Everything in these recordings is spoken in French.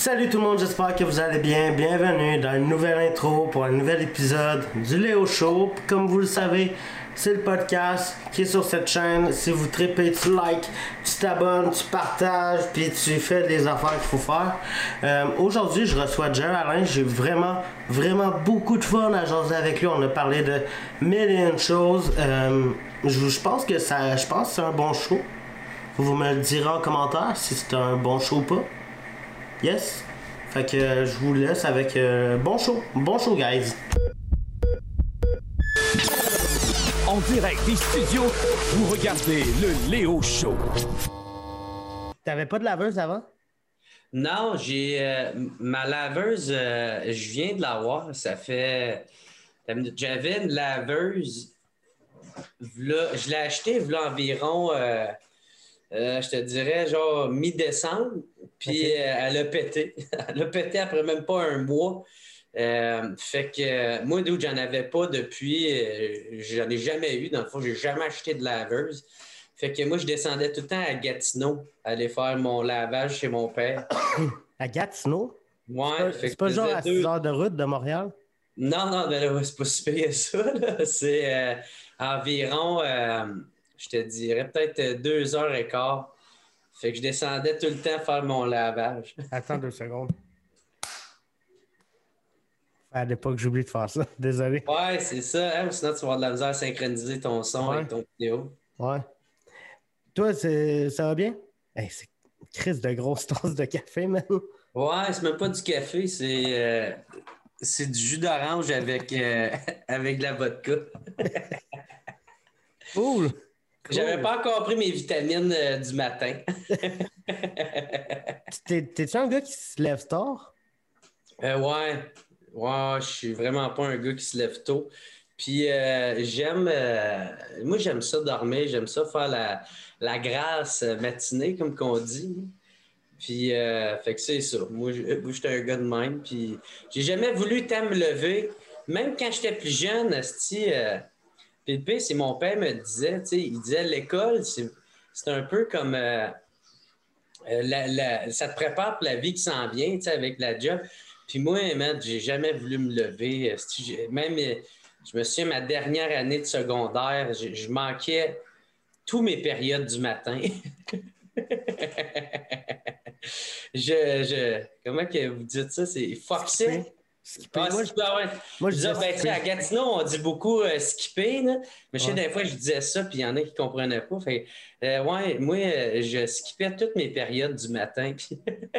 Salut tout le monde, j'espère que vous allez bien. Bienvenue dans une nouvelle intro pour un nouvel épisode du Léo Show. Comme vous le savez, c'est le podcast qui est sur cette chaîne. Si vous tripez, tu likes, tu t'abonnes, tu partages, puis tu fais les affaires qu'il faut faire. Aujourd'hui, je reçois Jer Alain. J'ai vraiment beaucoup de fun à jaser avec lui. On a parlé de mille et une choses. Je pense que c'est un bon show. Vous me le direz en commentaire si c'est un bon show ou pas. Yes. Fait que je vous laisse avec bon show. Bon show, guys. En direct des studios, vous regardez le Léo Show. T'avais pas de laveuse avant? Non, j'ai ma laveuse, je viens de l'avoir. Ça fait. J'avais une laveuse. Je l'ai achetée environ, je te dirais, genre mi-décembre. Puis Okay. elle a pété. Elle a pété après même pas un mois. Fait que moi, d'où j'en avais pas depuis, j'en ai jamais eu. Dans le fond, j'ai jamais acheté de laveuse. Fait que moi, je descendais tout le temps à Gatineau, aller faire mon lavage chez mon père. À Gatineau? Ouais, C'est pas genre à 6 heures de route de Montréal? Non, ben là, c'est pas si pire que ça, là. C'est environ, je te dirais, peut-être 2h15. Fait que je descendais tout le temps faire mon lavage. Attends 2 secondes. À l'époque, j'oublie de faire ça. Désolé. Ouais, c'est ça. Hein? Sinon, tu vas avoir de la misère à synchroniser ton son avec ton vidéo. Ouais. Toi, ça va bien? Hey, c'est une crise de grosse tasse de café, man. Ouais, c'est même pas du café, c'est du jus d'orange avec, avec de la vodka. Cool. J'avais pas encore pris mes vitamines du matin. T'es-tu un gars qui se lève tard? Ouais, je suis vraiment pas un gars qui se lève tôt. Puis moi j'aime ça dormir, j'aime ça faire la grasse matinée, comme qu'on dit. Puis, fait que c'est ça. Moi, j'étais un gars de même. Puis, j'ai jamais voulu tant me lever. Même quand j'étais plus jeune, asti, puis le pire, c'est mon père me disait, tu sais, il disait l'école, c'est un peu comme ça te prépare pour la vie qui s'en vient, tu sais, avec la job. Puis moi, man, j'ai jamais voulu me lever. Asti, même, je me souviens, ma dernière année de secondaire, je manquais tous mes périodes du matin. Comment que vous dites ça? C'est foxé? Skipper. Moi, je disais, ben, à Gatineau, on dit beaucoup skipper, là. Mais je sais, des fois, je disais ça, puis il y en a qui ne comprenaient pas. Fait, ouais, moi, je skippais toutes mes périodes du matin. Tu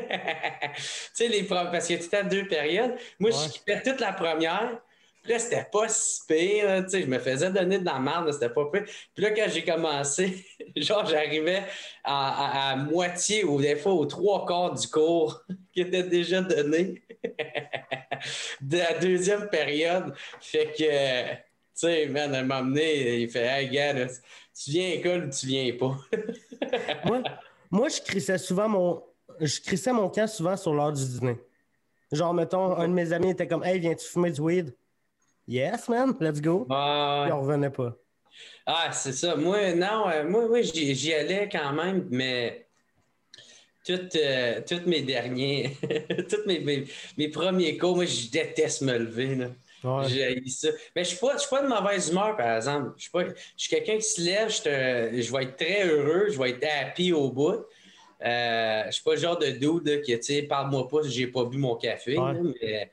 sais, parce qu'il y a tout le temps 2 périodes. Moi, je skippais toute la première. Puis là, c'était pas si pire, là, tu sais, je me faisais donner de la merde, c'était pas pire. Puis là, quand j'ai commencé, genre, j'arrivais à moitié ou des fois aux 3/4 du cours qui était déjà donné de la deuxième période. Fait que, tu sais, man, elle m'a amené, il fait « Hey, gars, là, tu viens à l'école ou tu viens pas? » Moi, je crissais mon camp souvent sur l'heure du dîner. Genre, mettons, un de mes amis était comme « Hey, viens-tu fumer du weed? » Yes, man, let's go. Puis on revenait pas. Ah, c'est ça. Moi, non, moi j'y allais quand même, mais toutes mes derniers, tous mes premiers cours, moi, je déteste me lever, là. Ouais. J'ai haï ça. Mais je suis pas de mauvaise humeur, par exemple. Je suis quelqu'un qui se lève, je vais être très heureux, je vais être happy au bout. Je suis pas le genre de dude là, qui, tu sais, parle-moi pas si j'ai pas bu mon café, Ouais. là, mais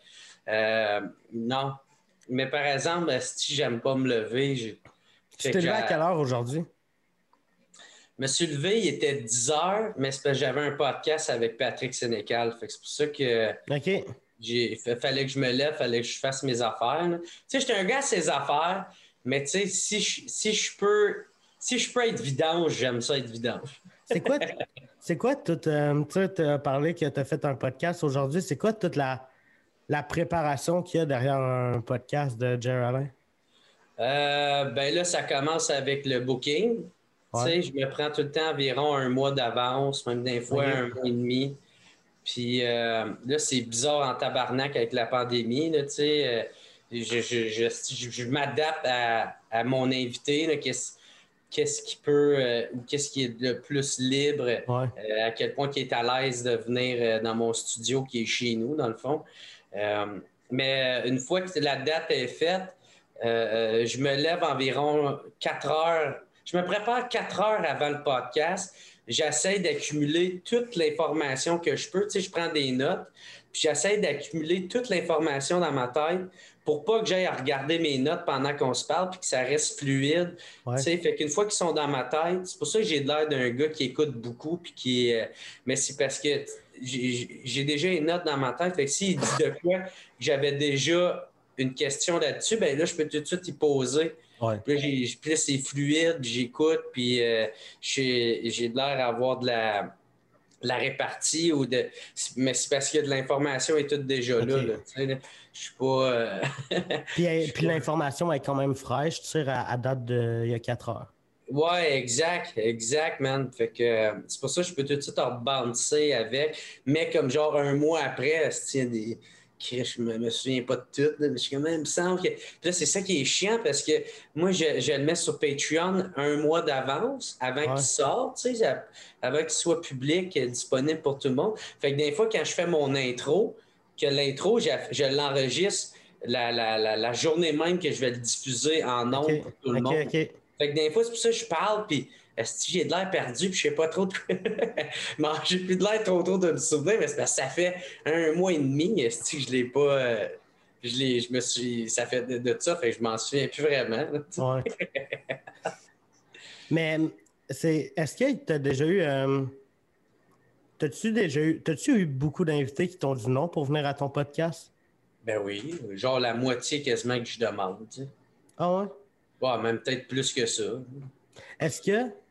non. Mais par exemple, si j'aime pas me lever, Tu t'es levé à quelle heure aujourd'hui? Je me suis levé, il était 10h, mais c'est parce que j'avais un podcast avec Patrick Sénécal. Fait que c'est pour ça que fallait que je me lève, fallait que je fasse mes affaires. Tu sais, j'étais un gars à ses affaires, mais tu sais, si je peux être vidange, j'aime ça être vidange. C'est quoi toute... tu as parlé que tu as fait un podcast aujourd'hui. C'est quoi toute la préparation qu'il y a derrière un podcast de Jer Alain? Ben là, ça commence avec le booking. Ouais. Tu sais, je me prends tout le temps environ un mois d'avance, même des fois un mois et demi. Puis là, c'est bizarre en tabarnak avec la pandémie. Là, tu sais, je m'adapte à mon invité. Là, qu'est-ce qui peut ou qu'est-ce qui est le plus libre, Ouais. à quel point il est à l'aise de venir dans mon studio qui est chez nous, dans le fond. Mais une fois que la date est faite, je me lève environ 4 heures. Je me prépare 4 heures avant le podcast. J'essaie d'accumuler toute l'information que je peux. Tu sais, je prends des notes, puis j'essaie d'accumuler toute l'information dans ma tête pour pas que j'aille à regarder mes notes pendant qu'on se parle puis que ça reste fluide. Ouais. Tu sais, fait qu'une fois qu'ils sont dans ma tête, c'est pour ça que j'ai l'air d'un gars qui écoute beaucoup puis qui mais c'est parce que j'ai déjà une note dans ma tête. Fait que s'il dit de quoi j'avais déjà une question là-dessus, ben là, je peux tout de suite y poser. Ouais. Puis là, c'est fluide, j'écoute, puis j'ai l'air d'avoir de la répartie mais c'est parce que l'information est toute déjà OK. là, tu sais, là. Je suis pas. Puis l'information est quand même fraîche, tu sais, à date d'il y a 4 heures. Ouais, exact, man. Fait que c'est pour ça que je peux tout de suite bouncer avec. Mais comme genre un mois après, je me souviens pas de tout, là, mais je suis quand même, il me semble que. Puis là, c'est ça qui est chiant parce que moi, je le mets sur Patreon un mois d'avance avant qu'il sorte, tu sais, avant qu'il soit public, disponible pour tout le monde. Fait que des fois, quand je fais mon intro, que l'intro, je l'enregistre la journée même que je vais le diffuser en ondes pour tout le monde. OK. Fait que des fois, c'est pour ça que je parle, puis j'ai de l'air perdu, puis je sais pas trop de quoi. J'ai plus de l'air trop de me souvenir, mais c'est parce que ça fait un mois et demi, je l'ai pas. Je me suis. Ça fait de ça, fait que je m'en souviens plus vraiment. Ouais. Mais est-ce que tu as déjà eu. T'as-tu eu beaucoup d'invités qui t'ont dit non pour venir à ton podcast? Ben oui, genre la moitié quasiment que je demande. Tu sais. Ah ouais? Ouais, même peut-être plus que ça. Est-ce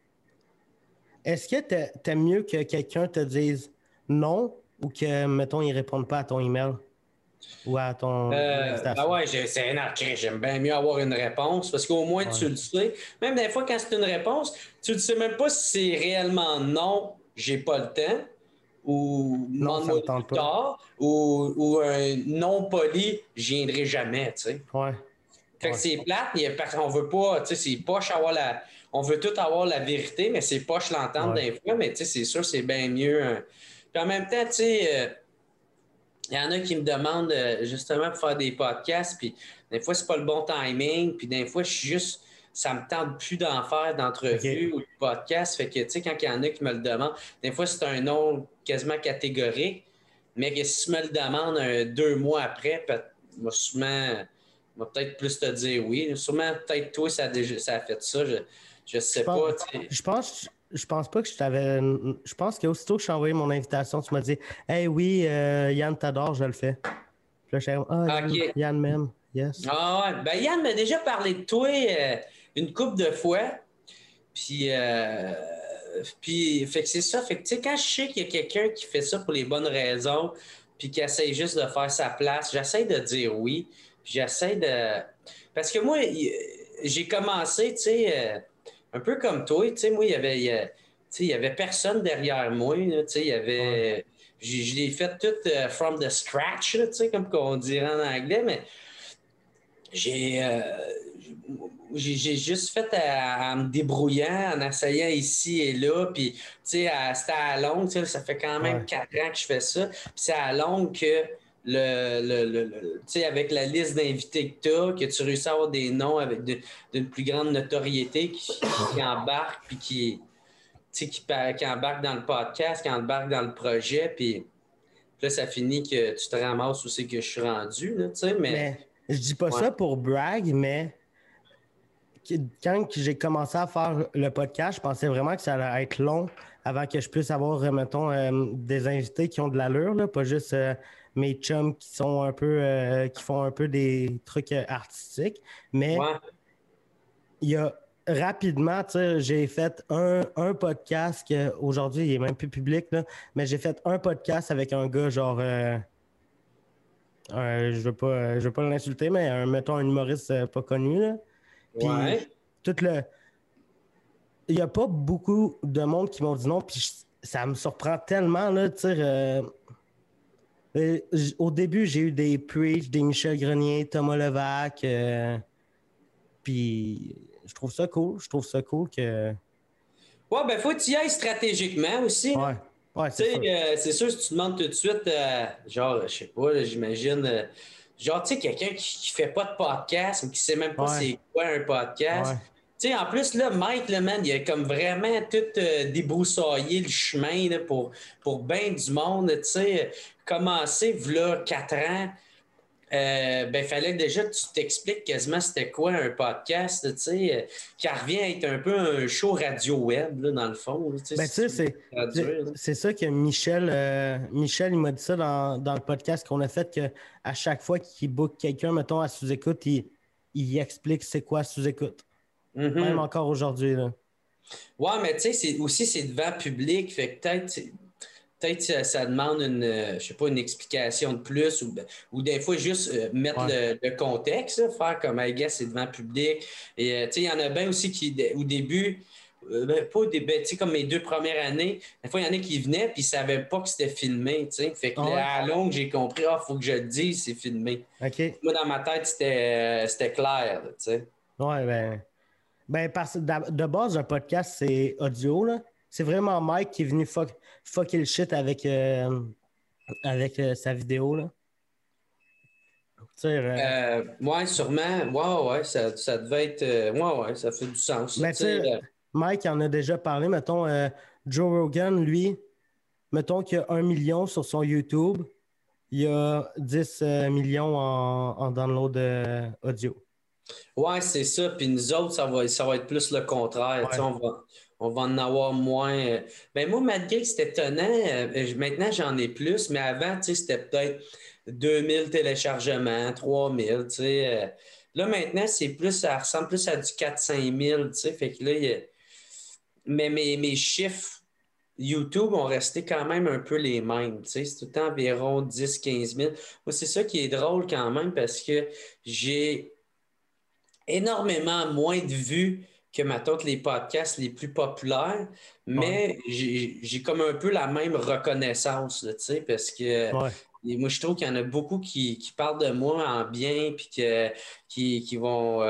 que t'aimes mieux que quelqu'un te dise non ou que, mettons, il ne réponde pas à ton email ou à ton invitation? Ben ouais, j'aime bien mieux avoir une réponse parce qu'au moins tu le sais. Même des fois, quand c'est une réponse, tu ne sais même pas si c'est réellement non, j'ai pas le temps, ou Non, ça me demande-moi tente plus pas. tard, ou un non poli, je viendrai jamais, tu sais. Ouais. Fait que c'est plate, on veut pas, tu sais, c'est poche on veut tout avoir la vérité, mais c'est poche l'entendre des fois, mais tu sais, c'est sûr, c'est bien mieux. Puis en même temps, tu sais, il y en a qui me demandent justement pour faire des podcasts, puis des fois, c'est pas le bon timing, puis des fois, ça me tente plus d'en faire d'entrevues ou de podcasts. Fait que, tu sais, quand il y en a qui me le demandent, des fois, c'est un nom quasiment catégorique, mais que si tu me le demandes 2 mois après, moi, sûrement, va peut-être plus te dire oui. Sûrement, peut-être toi, ça a fait ça. Je sais pas. Je pense pas que je t'avais. Je pense qu'aussitôt que je t'ai envoyé mon invitation, tu m'as dit hey, oui, Yann t'adore, je le fais. Puis là, je suis Yann m'aime. Yes. Ah ouais. Ben, Yann m'a déjà parlé de toi une couple de fois. Puis, fait que c'est ça. Fait que, tu sais, quand je sais qu'il y a quelqu'un qui fait ça pour les bonnes raisons, puis qui essaie juste de faire sa place, j'essaie de dire oui. Puis j'essaie de. Parce que moi, j'ai commencé, tu sais, un peu comme toi. Tu sais, moi, il y avait personne derrière moi. Là, tu sais, il y avait. Ouais. Je l'ai fait tout from the scratch, là, tu sais, comme on dirait en anglais, mais j'ai juste fait en me débrouillant, en essayant ici et là. Puis, tu sais, c'était à longue, tu sais, ça fait quand même 4 ans que je fais ça. Puis c'est à longue que tu sais, avec la liste d'invités que tu as, que tu réussis à avoir des noms avec d'une plus grande notoriété qui embarquent, puis qui embarquent dans le podcast, qui embarquent dans le projet. Puis là, ça finit que tu te ramasses où c'est que je suis rendu, là, tu sais, mais je dis pas ça pour brag, mais quand j'ai commencé à faire le podcast, je pensais vraiment que ça allait être long avant que je puisse avoir, mettons, des invités qui ont de l'allure, là, pas juste mes chums qui sont un peu qui font un peu des trucs artistiques. Mais il y a rapidement, tu sais, j'ai fait un podcast aujourd'hui, il est même plus public, là, mais j'ai fait un podcast avec un gars genre je veux pas l'insulter, mais mettons un humoriste pas connu, là. Puis il n'y a pas beaucoup de monde qui m'ont dit non, puis ça me surprend tellement, là, tu sais. Au début, j'ai eu des Preach, des Michel Grenier, Thomas Levac, puis je trouve ça cool. Je trouve ça cool que... Ouais, ben, faut que tu y ailles stratégiquement aussi. Ouais, ouais, c'est sûr. C'est sûr, si tu demandes tout de suite, genre, je sais pas, là, j'imagine, genre, tu sais, quelqu'un qui fait pas de podcast ou qui sait même pas Ouais. c'est quoi un podcast. Ouais. Tu sais, en plus, là, Mike, le man, il a comme vraiment tout débroussaillé le chemin là, pour bien du monde. Tu sais, commencé, v'là 4 ans. Ben, fallait déjà que tu t'expliques quasiment c'était quoi un podcast, tu sais, qui revient à être un peu un show radio web, là, dans le fond. Tu sais, Ben, tu sais, si tu veux traduire, là. c'est ça que Michel, il m'a dit ça dans le podcast qu'on a fait, qu'à chaque fois qu'il book quelqu'un, mettons, à sous-écoute, il explique c'est quoi sous-écoute. Même Mhm. encore aujourd'hui, là. Ouais, mais tu sais, c'est devant public, fait que peut-être ça demande je sais pas, une explication de plus ou des fois juste mettre Ouais. le contexte, là, faire comme, I guess, c'est devant public. Et tu sais, il y en a bien aussi qui, au début, ben, pas au début, tu sais, comme mes 2 premières années, des fois, il y en a qui venaient puis ils savaient pas que c'était filmé, tu sais. Fait que Ah là, ouais? à la longue, j'ai compris, faut que je le dise, c'est filmé. OK. Moi, dans ma tête, c'était clair, là, tu sais. Ouais, parce que de base, un podcast, c'est audio, là. C'est vraiment Mike qui est venu fucker le shit avec sa vidéo, là. Tu sais, Ouais, sûrement. Ouais, ça devait être. Ouais, ça fait du sens, ça, ben, tu tu sais. sais, Mike en a déjà parlé. Mettons, Joe Rogan, lui, mettons qu'il y a 1 million sur son YouTube, il y a 10 millions en download audio. Ouais, c'est ça. Puis nous autres, ça va être plus le contraire. Tu sais, Ouais. on va en avoir moins. Ben moi, malgré que c'est étonnant, maintenant j'en ai plus, mais avant, tu sais, c'était peut-être 2000 téléchargements, 3000, tu sais. Là, maintenant, ça ressemble plus à du 4-5 000, tu sais. Fait que là, mais mes chiffres YouTube ont resté quand même un peu les mêmes. Tu sais, c'est tout le temps environ 10-15 000. Moi, c'est ça qui est drôle quand même parce que j'ai énormément moins de vues que, mettons, les podcasts les plus populaires, Ouais. mais j'ai comme un peu la même reconnaissance, là, tu sais, parce que Ouais. moi, je trouve qu'il y en a beaucoup qui parlent de moi en bien, puis qui vont...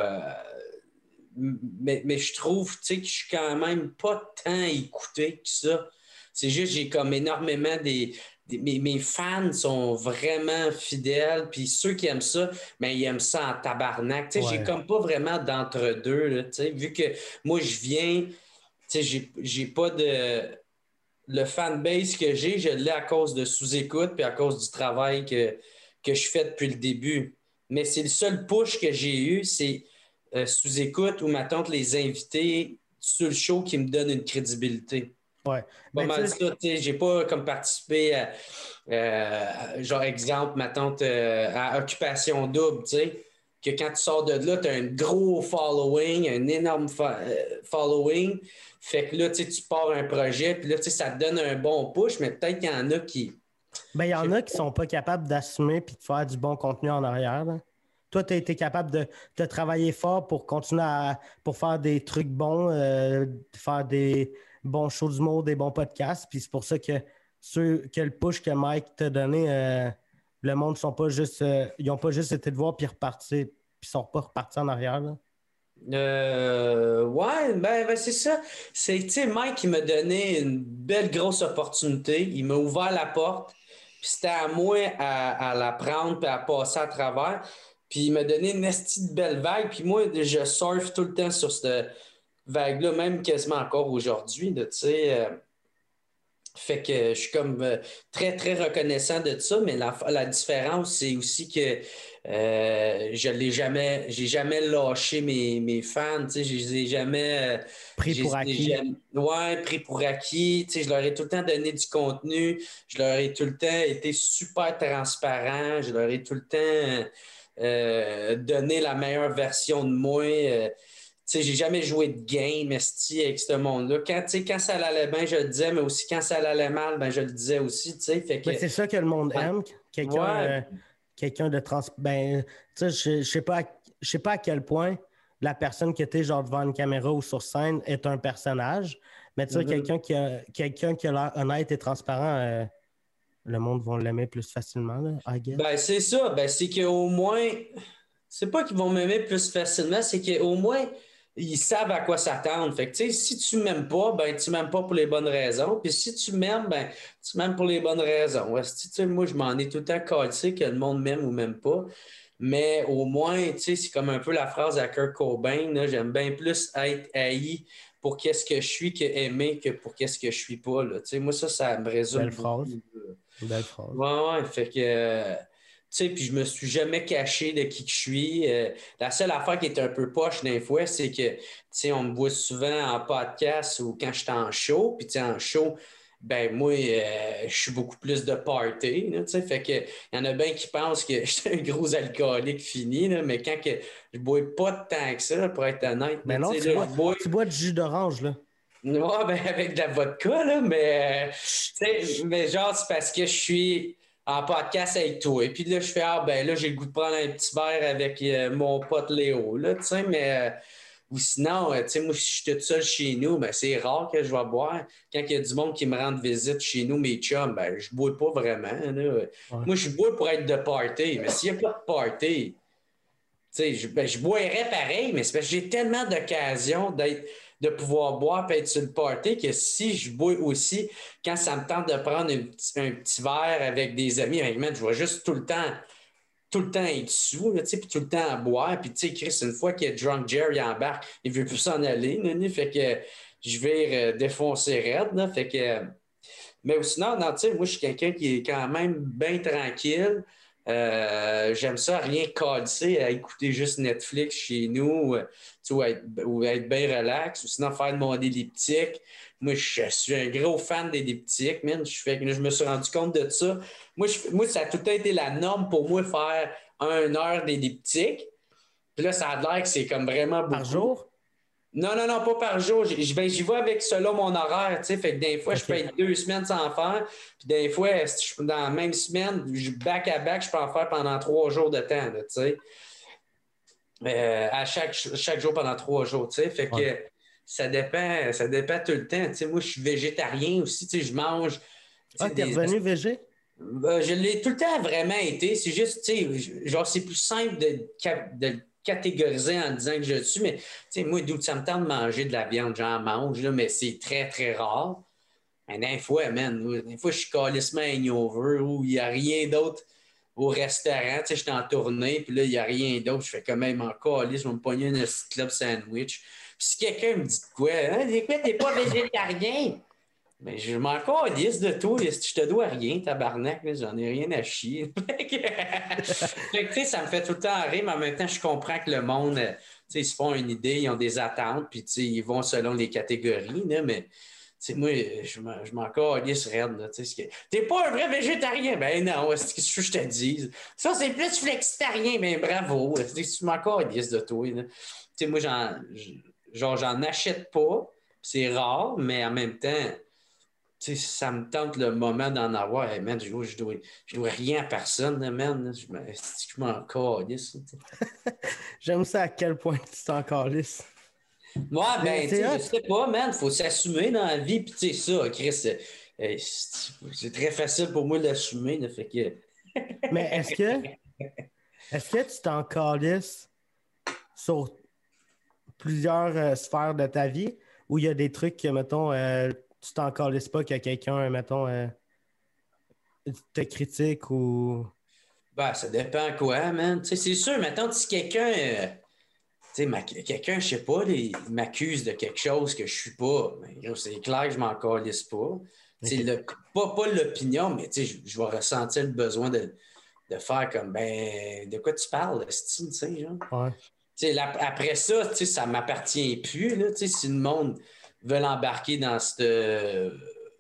mais je trouve, tu sais, que je suis quand même pas tant écouté que ça. C'est juste, j'ai comme énormément mes fans sont vraiment fidèles, puis ceux qui aiment ça, ben, ils aiment ça en tabarnak. Tu sais, j'ai Ouais. comme pas vraiment d'entre-deux, là, tu sais, vu que moi, je viens, tu sais, j'ai pas de... Le fanbase que j'ai, je l'ai à cause de sous-écoute, puis à cause du travail que je fais depuis le début. Mais c'est le seul push que j'ai eu, c'est sous-écoute ou, mettons, que les invités sur le show qui me donnent une crédibilité. Ouais. Pas Ben, tu mal sais, ça, tu sais, j'ai pas comme participé à, genre exemple, mettons, à Occupation Double, tu sais, que quand tu sors de là, tu as un gros following, un énorme following, fait que là, tu pars un projet, puis là, ça te donne un bon push, mais peut-être qu'il y en a qui... ben, il y je en sais a qui sont pas capables d'assumer puis de faire du bon contenu en arrière, là. Toi, tu as été capable de travailler fort pour continuer pour faire des trucs bons, de faire des bons shows d'humour, des bons podcasts. Puis c'est pour ça que que le push que Mike t'a donné, le monde sont pas juste, ils n'ont pas juste été de voir puis repartir, puis ils sont pas repartis en arrière, là. Ouais, ben, c'est ça. C'est, tu sais, Mike, il m'a donné une belle grosse opportunité. Il m'a ouvert la porte. Puis c'était à moi à la prendre puis à passer à travers. Puis il m'a donné une esti de belle vague. Puis moi, je surfe tout le temps sur cette vague-là, même quasiment encore aujourd'hui, là, tu sais. Fait que je suis comme très, très reconnaissant de ça, mais la différence, c'est aussi que j'ai jamais lâché mes fans, tu sais, je les ai jamais, Pris pour acquis. ouais, pris pour acquis, tu sais, je leur ai tout le temps donné du contenu, je leur ai tout le temps été super transparent, je leur ai tout le temps donné la meilleure version de moi. Tu sais, j'ai jamais joué de game esti avec ce monde-là. Quand ça allait bien, je le disais, mais aussi quand ça allait mal, ben, je le disais aussi. Tu sais, fait que, Ben, c'est ça que le monde aime. ouais, Quelqu'un de trans. Ben, tu sais, je sais pas à quel point la personne qui était genre devant une caméra ou sur scène est un personnage, mais tu sais, mhm. quelqu'un qui a l'air honnête et transparent, le monde va l'aimer plus facilement, là, I guess. Ben, c'est ça. Ben, c'est qu'au moins, c'est pas qu'ils vont m'aimer plus facilement, c'est qu'au moins, ils savent à quoi s'attendre. Fait que, tu sais, si tu m'aimes pas, ben, tu m'aimes pas pour les bonnes raisons. Puis si tu m'aimes, ben, tu m'aimes pour les bonnes raisons. Ouais, tu sais, moi, je m'en ai tout le temps calcé que le monde m'aime ou m'aime pas. Mais au moins, tu sais, c'est comme un peu la phrase à Kurt Cobain, là, j'aime bien plus être haï pour qu'est-ce que je suis que aimer que pour qu'est-ce que je suis pas, là. Tu sais, moi, ça me résume Belle beaucoup. phrase. Belle phrase. Ouais, fait que, tu sais, puis je me suis jamais caché de qui que je suis. La seule affaire qui est un peu poche des fois, c'est que, tu sais, on me voit souvent en podcast ou quand je suis en show, puis tu sais, en show, ben moi, je suis beaucoup plus de party, là, tu sais, fait que, il y en a bien qui pensent que je suis un gros alcoolique fini, là, mais quand que je bois pas tant que ça, pour être honnête, Mais là, non, tu sais, là, je bois... tu bois du jus d'orange, là. Ouais, ben avec de la vodka, là, mais, tu sais, mais genre, c'est parce que je suis en podcast avec toi. Et puis là, je fais, ah, ben là, j'ai le goût de prendre un petit verre avec mon pote Léo, là, tu sais, mais, ou sinon, tu sais, moi, si je suis tout seul chez nous, ben c'est rare que je vais boire. Quand il y a du monde qui me rend visite chez nous, mes chums, ben, je bois pas vraiment, là. Ouais. Moi, je bois pour être de party, mais s'il n'y a pas de party, tu sais, je boirais pareil, mais c'est parce que j'ai tellement d'occasions de pouvoir boire et être sur le party que si je bois aussi, quand ça me tente de prendre un petit verre avec des amis, avec man, je vais juste tout le temps être sous, là, tu sais, puis tout le temps à boire. Puis, tu sais, Chris, une fois que Drunk Jerry embarque, il veut plus s'en aller, là, fait que je vais défoncer raide, là, fait que... Mais sinon, non, tu sais, moi, je suis quelqu'un qui est quand même bien tranquille. J'aime ça, rien casser, à écouter juste Netflix chez nous, tu sais, ou être bien relax, ou sinon faire de mon elliptique. Moi, je suis un gros fan d'elliptique, man. Je me suis rendu compte de ça. Moi, ça a tout le temps été la norme pour moi faire 1 heure d'elliptique. Puis là, ça a l'air que c'est comme vraiment beaucoup. Par jour? Non, pas par jour. J'y vais avec selon mon horaire, tu sais. Fait que des fois, je peux être 2 semaines sans faire. Puis des fois, si dans la même semaine, back à back, je peux en faire pendant 3 jours de temps, là, tu sais. À chaque jour pendant 3 jours, tu sais. Fait que ça dépend tout le temps. Tu sais, moi, je suis végétarien aussi, tu sais, je mange. T'es revenu végé? Je l'ai tout le temps vraiment été. C'est juste, tu sais, genre, c'est plus simple de catégoriser en disant que je le suis, mais tu sais, moi, d'où ça me tente de manger de la viande, j'en mange, là, mais c'est très, très rare. Mais des fois, man, des fois, je suis calissement hangover où il n'y a rien d'autre au restaurant. Tu sais, je suis en tournée, puis là, il n'y a rien d'autre. Je fais quand même en calice, je vais me pogner un club sandwich. Puis si quelqu'un me dit de quoi, hein, t'es pas végétarien? Mais je m'en calisse de tout. Je te dois rien, tabarnak. Là, j'en ai rien à chier. Fait que, tu sais, ça me fait tout le temps rire, mais en même temps, je comprends que le monde, tu sais, ils se font une idée, ils ont des attentes, puis tu sais, ils vont selon les catégories, là, mais tu sais, moi, je m'en calisse raide. Là, tu sais, t'es pas un vrai végétarien. Ben non, c'est ce que je te dis. Ça, c'est plus flexitarien. Ben bravo. Tu m'en calisses de toi. Tu sais, moi, j'en achète pas. C'est rare, mais en même temps, tu sais, ça me tente le moment d'en avoir. Hey, man, je dois rien à personne, là, man. Je m'en calisse. J'aime ça à quel point tu t'en calisses. Moi, ben, tu sais, hot. je sais pas, man. Faut s'assumer dans la vie. Puis, tu sais, ça, Chris, c'est très facile pour moi de l'assumer. Là, fait que... Mais est-ce que tu t'en calisses sur plusieurs sphères de ta vie ou il y a des trucs que, mettons, tu t'en calisses pas que quelqu'un, mettons, te critique ou... Ben, ça dépend quoi, man. Tu sais, c'est sûr, mettons, si quelqu'un, tu sais, quelqu'un, je sais pas, il m'accuse de quelque chose que je suis pas, ben, c'est clair que je m'en calisse pas. Tu sais, pas l'opinion, mais tu sais, je vais ressentir le besoin de faire comme, ben, de quoi tu parles, style, tu sais, genre. Ouais. Tu sais, après ça, tu sais, ça m'appartient plus, là, tu sais, si le monde veut l'embarquer dans ce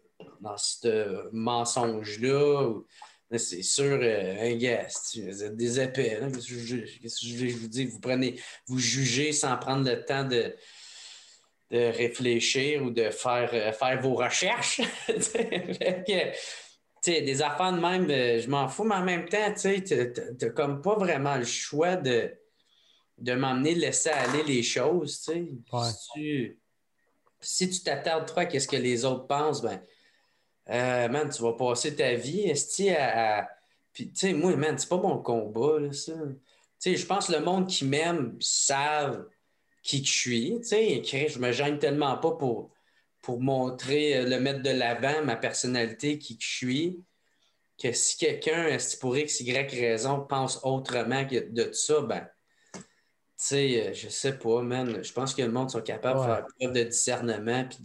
mensonge-là, c'est sûr, un gars, vous êtes des épais. Hein? Qu'est-ce que je vous dis? Vous jugez sans prendre le temps de réfléchir ou de faire vos recherches. Fait que, tu sais, des affaires de même, je m'en fous, mais en même temps, tu sais, t'as comme pas vraiment le choix de m'emmener, laisser aller les choses, tu sais. Ouais. Si tu t'attardes trop à ce que les autres pensent, ben, man, tu vas passer ta vie, esti, Puis, tu sais, moi, man, c'est pas mon combat, là, ça. Tu sais, je pense que le monde qui m'aime savent qui que je suis. Tu sais, je me gêne tellement pas pour montrer, le mettre de l'avant, ma personnalité, qui que je suis, que si quelqu'un, pour X, Y raison, pense autrement que de ça, ben, tu sais, je sais pas, man. Je pense que le monde sont capables de Ouais. faire preuve de discernement puis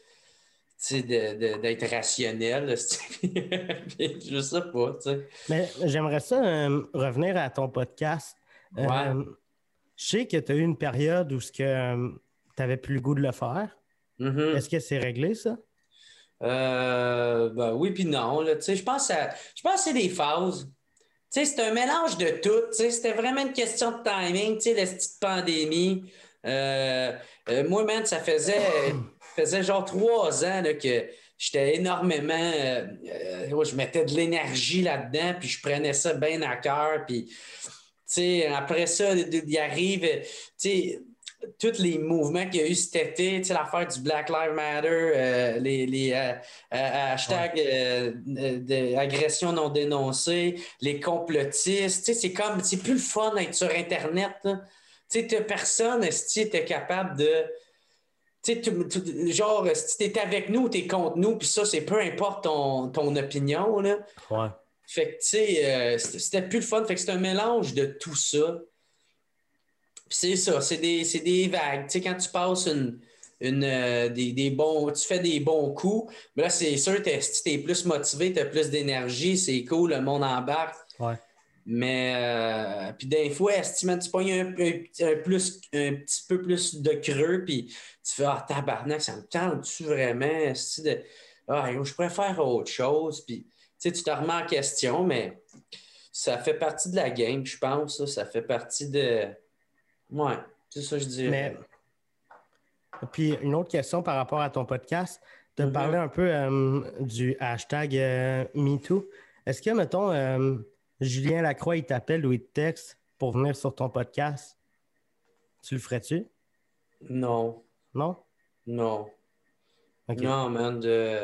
d'être rationnel. Je sais pas, tu sais. Mais j'aimerais ça revenir à ton podcast. Ouais. Je sais que tu as eu une période où tu n'avais plus le goût de le faire. Mhm. Est-ce que c'est réglé, ça? Ben oui, puis non. Là, je pense que c'est des phases. C'est un mélange de tout. C'était vraiment une question de timing. La petite pandémie. Euh, Moi, man, faisait genre 3 ans là, que j'étais énormément. Ouais, je mettais de l'énergie là-dedans, puis je prenais ça bien à cœur. Puis, après ça, il arrive. Tous les mouvements qu'il y a eu cet été, l'affaire du Black Lives Matter, les hashtags d'agression non dénoncée, les complotistes, c'est plus le fun d'être sur Internet. Tu sais, personne, si t'es capable de. Genre, si t'es avec nous ou t'es contre nous, puis ça, c'est peu importe ton opinion, là. Ouais. Fait que, tu sais, c'était plus le fun. Fait que c'est un mélange de tout ça. Puis c'est ça, c'est des vagues. Tu sais, quand tu passes des bons, tu fais des bons coups, mais là, c'est sûr, si t'es plus motivé, t'as plus d'énergie, c'est cool, le monde embarque. Ouais. Mais, puis des fois, si tu pognes un petit peu plus de creux, puis tu fais, ah, tabarnak, ça me tente-tu vraiment? Je préfère autre chose. Puis, tu sais, tu te remets en question, mais ça fait partie de la game, je pense. Ça fait partie de. Ouais, c'est ça, je dirais. Mais, puis, une autre question par rapport à ton podcast. Tu as Mhm. parlé un peu du hashtag MeToo. Est-ce que, mettons, Julien Lacroix, il t'appelle ou il te texte pour venir sur ton podcast? Tu le ferais-tu? Non, Non? non, OK. non, man.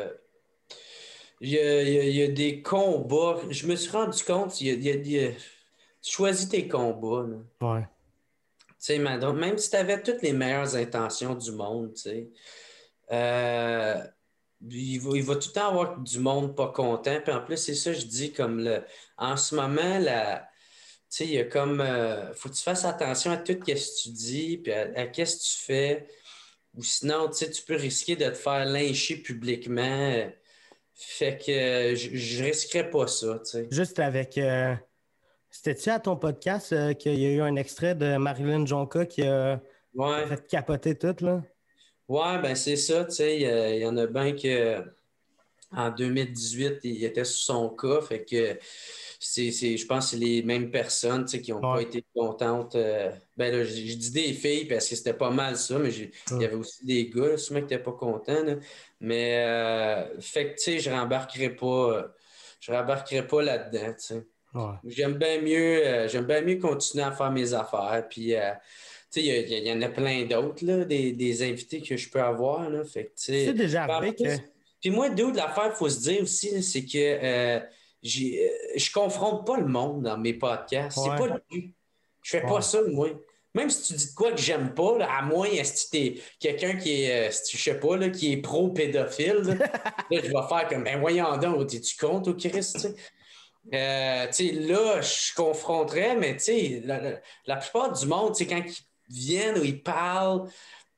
Il y a des combats. Je me suis rendu compte, tu choisis tes combats, là. Ouais. Tu sais, même si tu avais toutes les meilleures intentions du monde, tu sais, euh, il va tout le temps avoir du monde pas content. Puis en plus, c'est ça, je dis, en ce moment, tu sais, il y a comme, faut que tu fasses attention à tout ce que tu dis, puis à qu'est-ce que tu fais. Ou sinon, tu sais, tu peux risquer de te faire lyncher publiquement. Fait que je risquerais pas ça, tu sais. Juste avec. C'était-tu à ton podcast qu'il y a eu un extrait de Marilyn Jonca qui a Ouais, fait capoter tout, là? ouais, ben c'est ça, tu sais. Il y en a bien que en 2018, il était sous son cas. Fait que je pense que c'est les mêmes personnes, tu sais, qui n'ont pas Ouais. été contentes. Ben là, je dis des filles parce que c'était pas mal ça, mais il y avait aussi des gars, là, sûrement qui n'étaient pas contents, là. Mais fait que tu sais, je rembarquerai pas là-dedans, tu sais. Ouais. J'aime bien mieux continuer à faire mes affaires. Puis, tu sais, il y en a plein d'autres, là, des invités que je peux avoir, là. Fait que, tu C'est sais, déjà en arrivé que. plus, puis moi, d'où de l'affaire, il faut se dire aussi, là, c'est que je confronte pas le monde dans mes podcasts. C'est Ouais. pas le but. Je fais pas Ouais. ça, moi. Même si tu dis de quoi que j'aime pas, là, à moins si tu es quelqu'un qui est, je sais pas, là, qui est pro-pédophile, là, là, je vais faire comme, ben voyons donc, t'es-tu contre au Christ, tu sais? Tu sais, là, je confronterais, mais tu sais, la plupart du monde, tu sais, quand ils viennent ou ils parlent,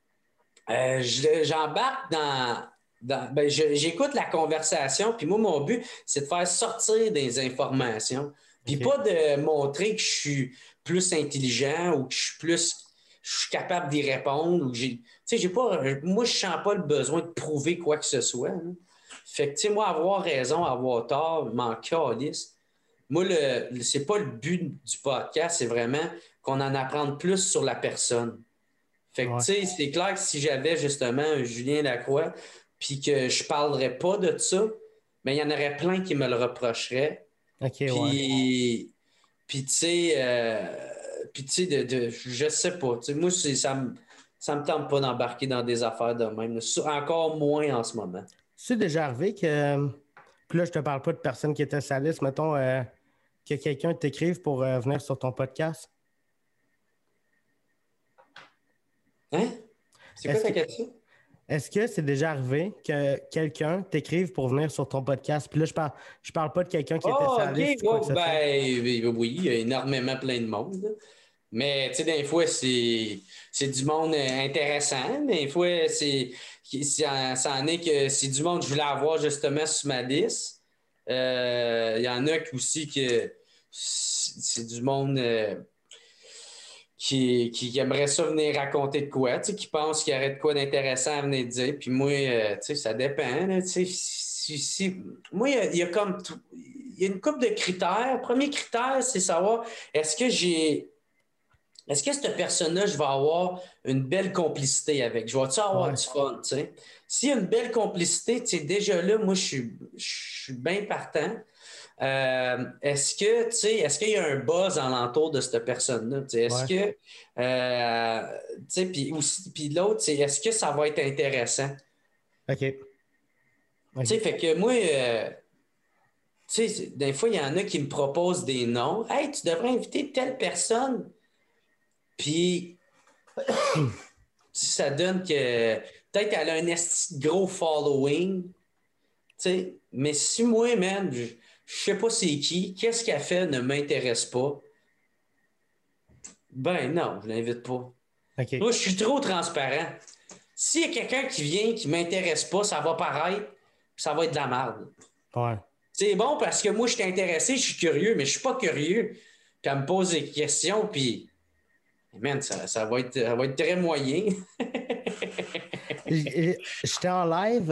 j'embarque j'écoute la conversation, puis moi, mon but, c'est de faire sortir des informations, puis OK. pas de montrer que je suis plus intelligent ou que je suis capable d'y répondre, ou que tu sais, moi, je sens pas le besoin de prouver quoi que ce soit, hein. Fait que, tu sais, moi, avoir raison, avoir tort, m'en calisse. Moi, c'est pas le but du podcast, c'est vraiment qu'on en apprenne plus sur la personne. Fait que, Ouais. tu sais, c'est clair que si j'avais justement un Julien Lacroix, puis que je parlerais pas de ça, mais il y en aurait plein qui me le reprocheraient. OK, ouais. Puis tu sais, je sais pas. Tu sais, moi, ça me tente pas d'embarquer dans des affaires de même, là. Encore moins en ce moment. C'est déjà arrivé que. Puis là, je te parle pas de personnes qui étaient salistes, mettons, que quelqu'un t'écrive pour venir sur ton podcast. Hein? C'est quoi Est-ce ta que, question? est-ce que c'est déjà arrivé que quelqu'un t'écrive pour venir sur ton podcast? Puis là, je parle pas de quelqu'un qui était Oh, sur la OK. liste ou quoi que Oh, ce soit. oui, il y a énormément plein de monde, là. Mais, tu sais, des fois, c'est du monde intéressant. Des fois, ça en est que c'est du monde que je voulais avoir justement sur ma liste. Il y en a aussi que c'est du monde qui aimerait ça venir raconter de quoi, tu sais, qui pense qu'il y aurait de quoi d'intéressant à venir dire. Puis moi, tu sais, ça dépend, là, tu sais. Moi, il y a comme il y a une couple de critères. Premier critère, c'est savoir est-ce que cette personne-là, je vais avoir une belle complicité avec? Je vais-tu avoir Ouais. du fun, tu sais? S'il y a une belle complicité, tu sais, déjà là, moi, je suis bien partant. Est-ce qu'il y a un buzz alentour de cette personne-là? Tu sais, est-ce Ouais. que, tu sais, puis l'autre, c'est est-ce que ça va être intéressant? OK. Tu sais, fait que moi, tu sais, des fois, il y en a qui me proposent des noms. Hey, tu devrais inviter telle personne. Puis, si ça donne que peut-être qu'elle a un esti de gros following, tu sais, mais si moi, man, je sais pas c'est qui, qu'est-ce qu'elle fait ne m'intéresse pas, ben non, je l'invite pas. OK. Moi, je suis trop transparent. S'il y a quelqu'un qui vient qui m'intéresse pas, ça va paraître, puis ça va être de la merde. Ouais. C'est bon parce que moi, je suis intéressé, je suis curieux, mais je suis pas curieux. Puis elle me pose des questions, puis man, ça va être très moyen. J'étais en live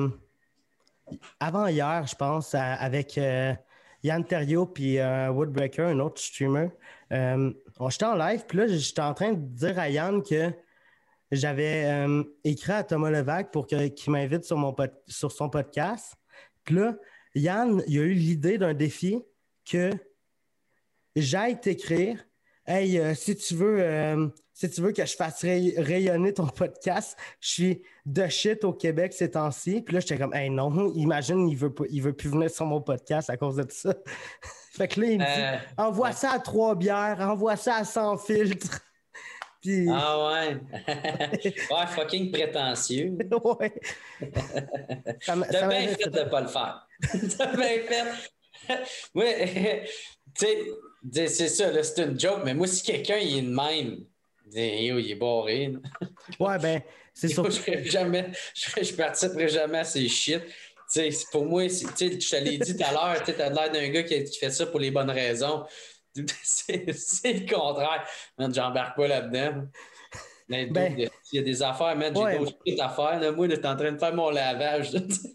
avant hier, je pense, avec Yann Terriot puis Woodbreaker, un autre streamer. J'étais en live, puis là, j'étais en train de dire à Yann que j'avais écrit à Thomas Levac pour qu'il m'invite sur son podcast. Puis là, Yann, il a eu l'idée d'un défi que j'aille t'écrire. Hey, si tu veux que je fasse rayonner ton podcast, je suis de shit au Québec ces temps-ci. Puis là, j'étais comme, hey, non, imagine, il veut plus venir sur mon podcast à cause de ça. Fait que là, il me dit, envoie ça à 3 bières, envoie ça à 100 filtres. Puis... Ah ouais. Ouais, fucking prétentieux. Ouais. T'as bien fait de ne pas le faire. T'as bien fait. Ouais, tu sais, c'est ça, là, c'est une joke, mais moi, si quelqu'un il est de même, il est barré. Là. Ouais, ben, c'est sûr. Je participerai jamais à ces shit. T'sais, pour moi, je te l'ai dit tout à l'heure, tu as l'air d'un gars qui fait ça pour les bonnes raisons. C'est le contraire. Man, j'embarque pas là-dedans. Mais il y a des affaires, man, j'ai d'autres shit à faire. Là. Moi, je suis en train de faire mon lavage.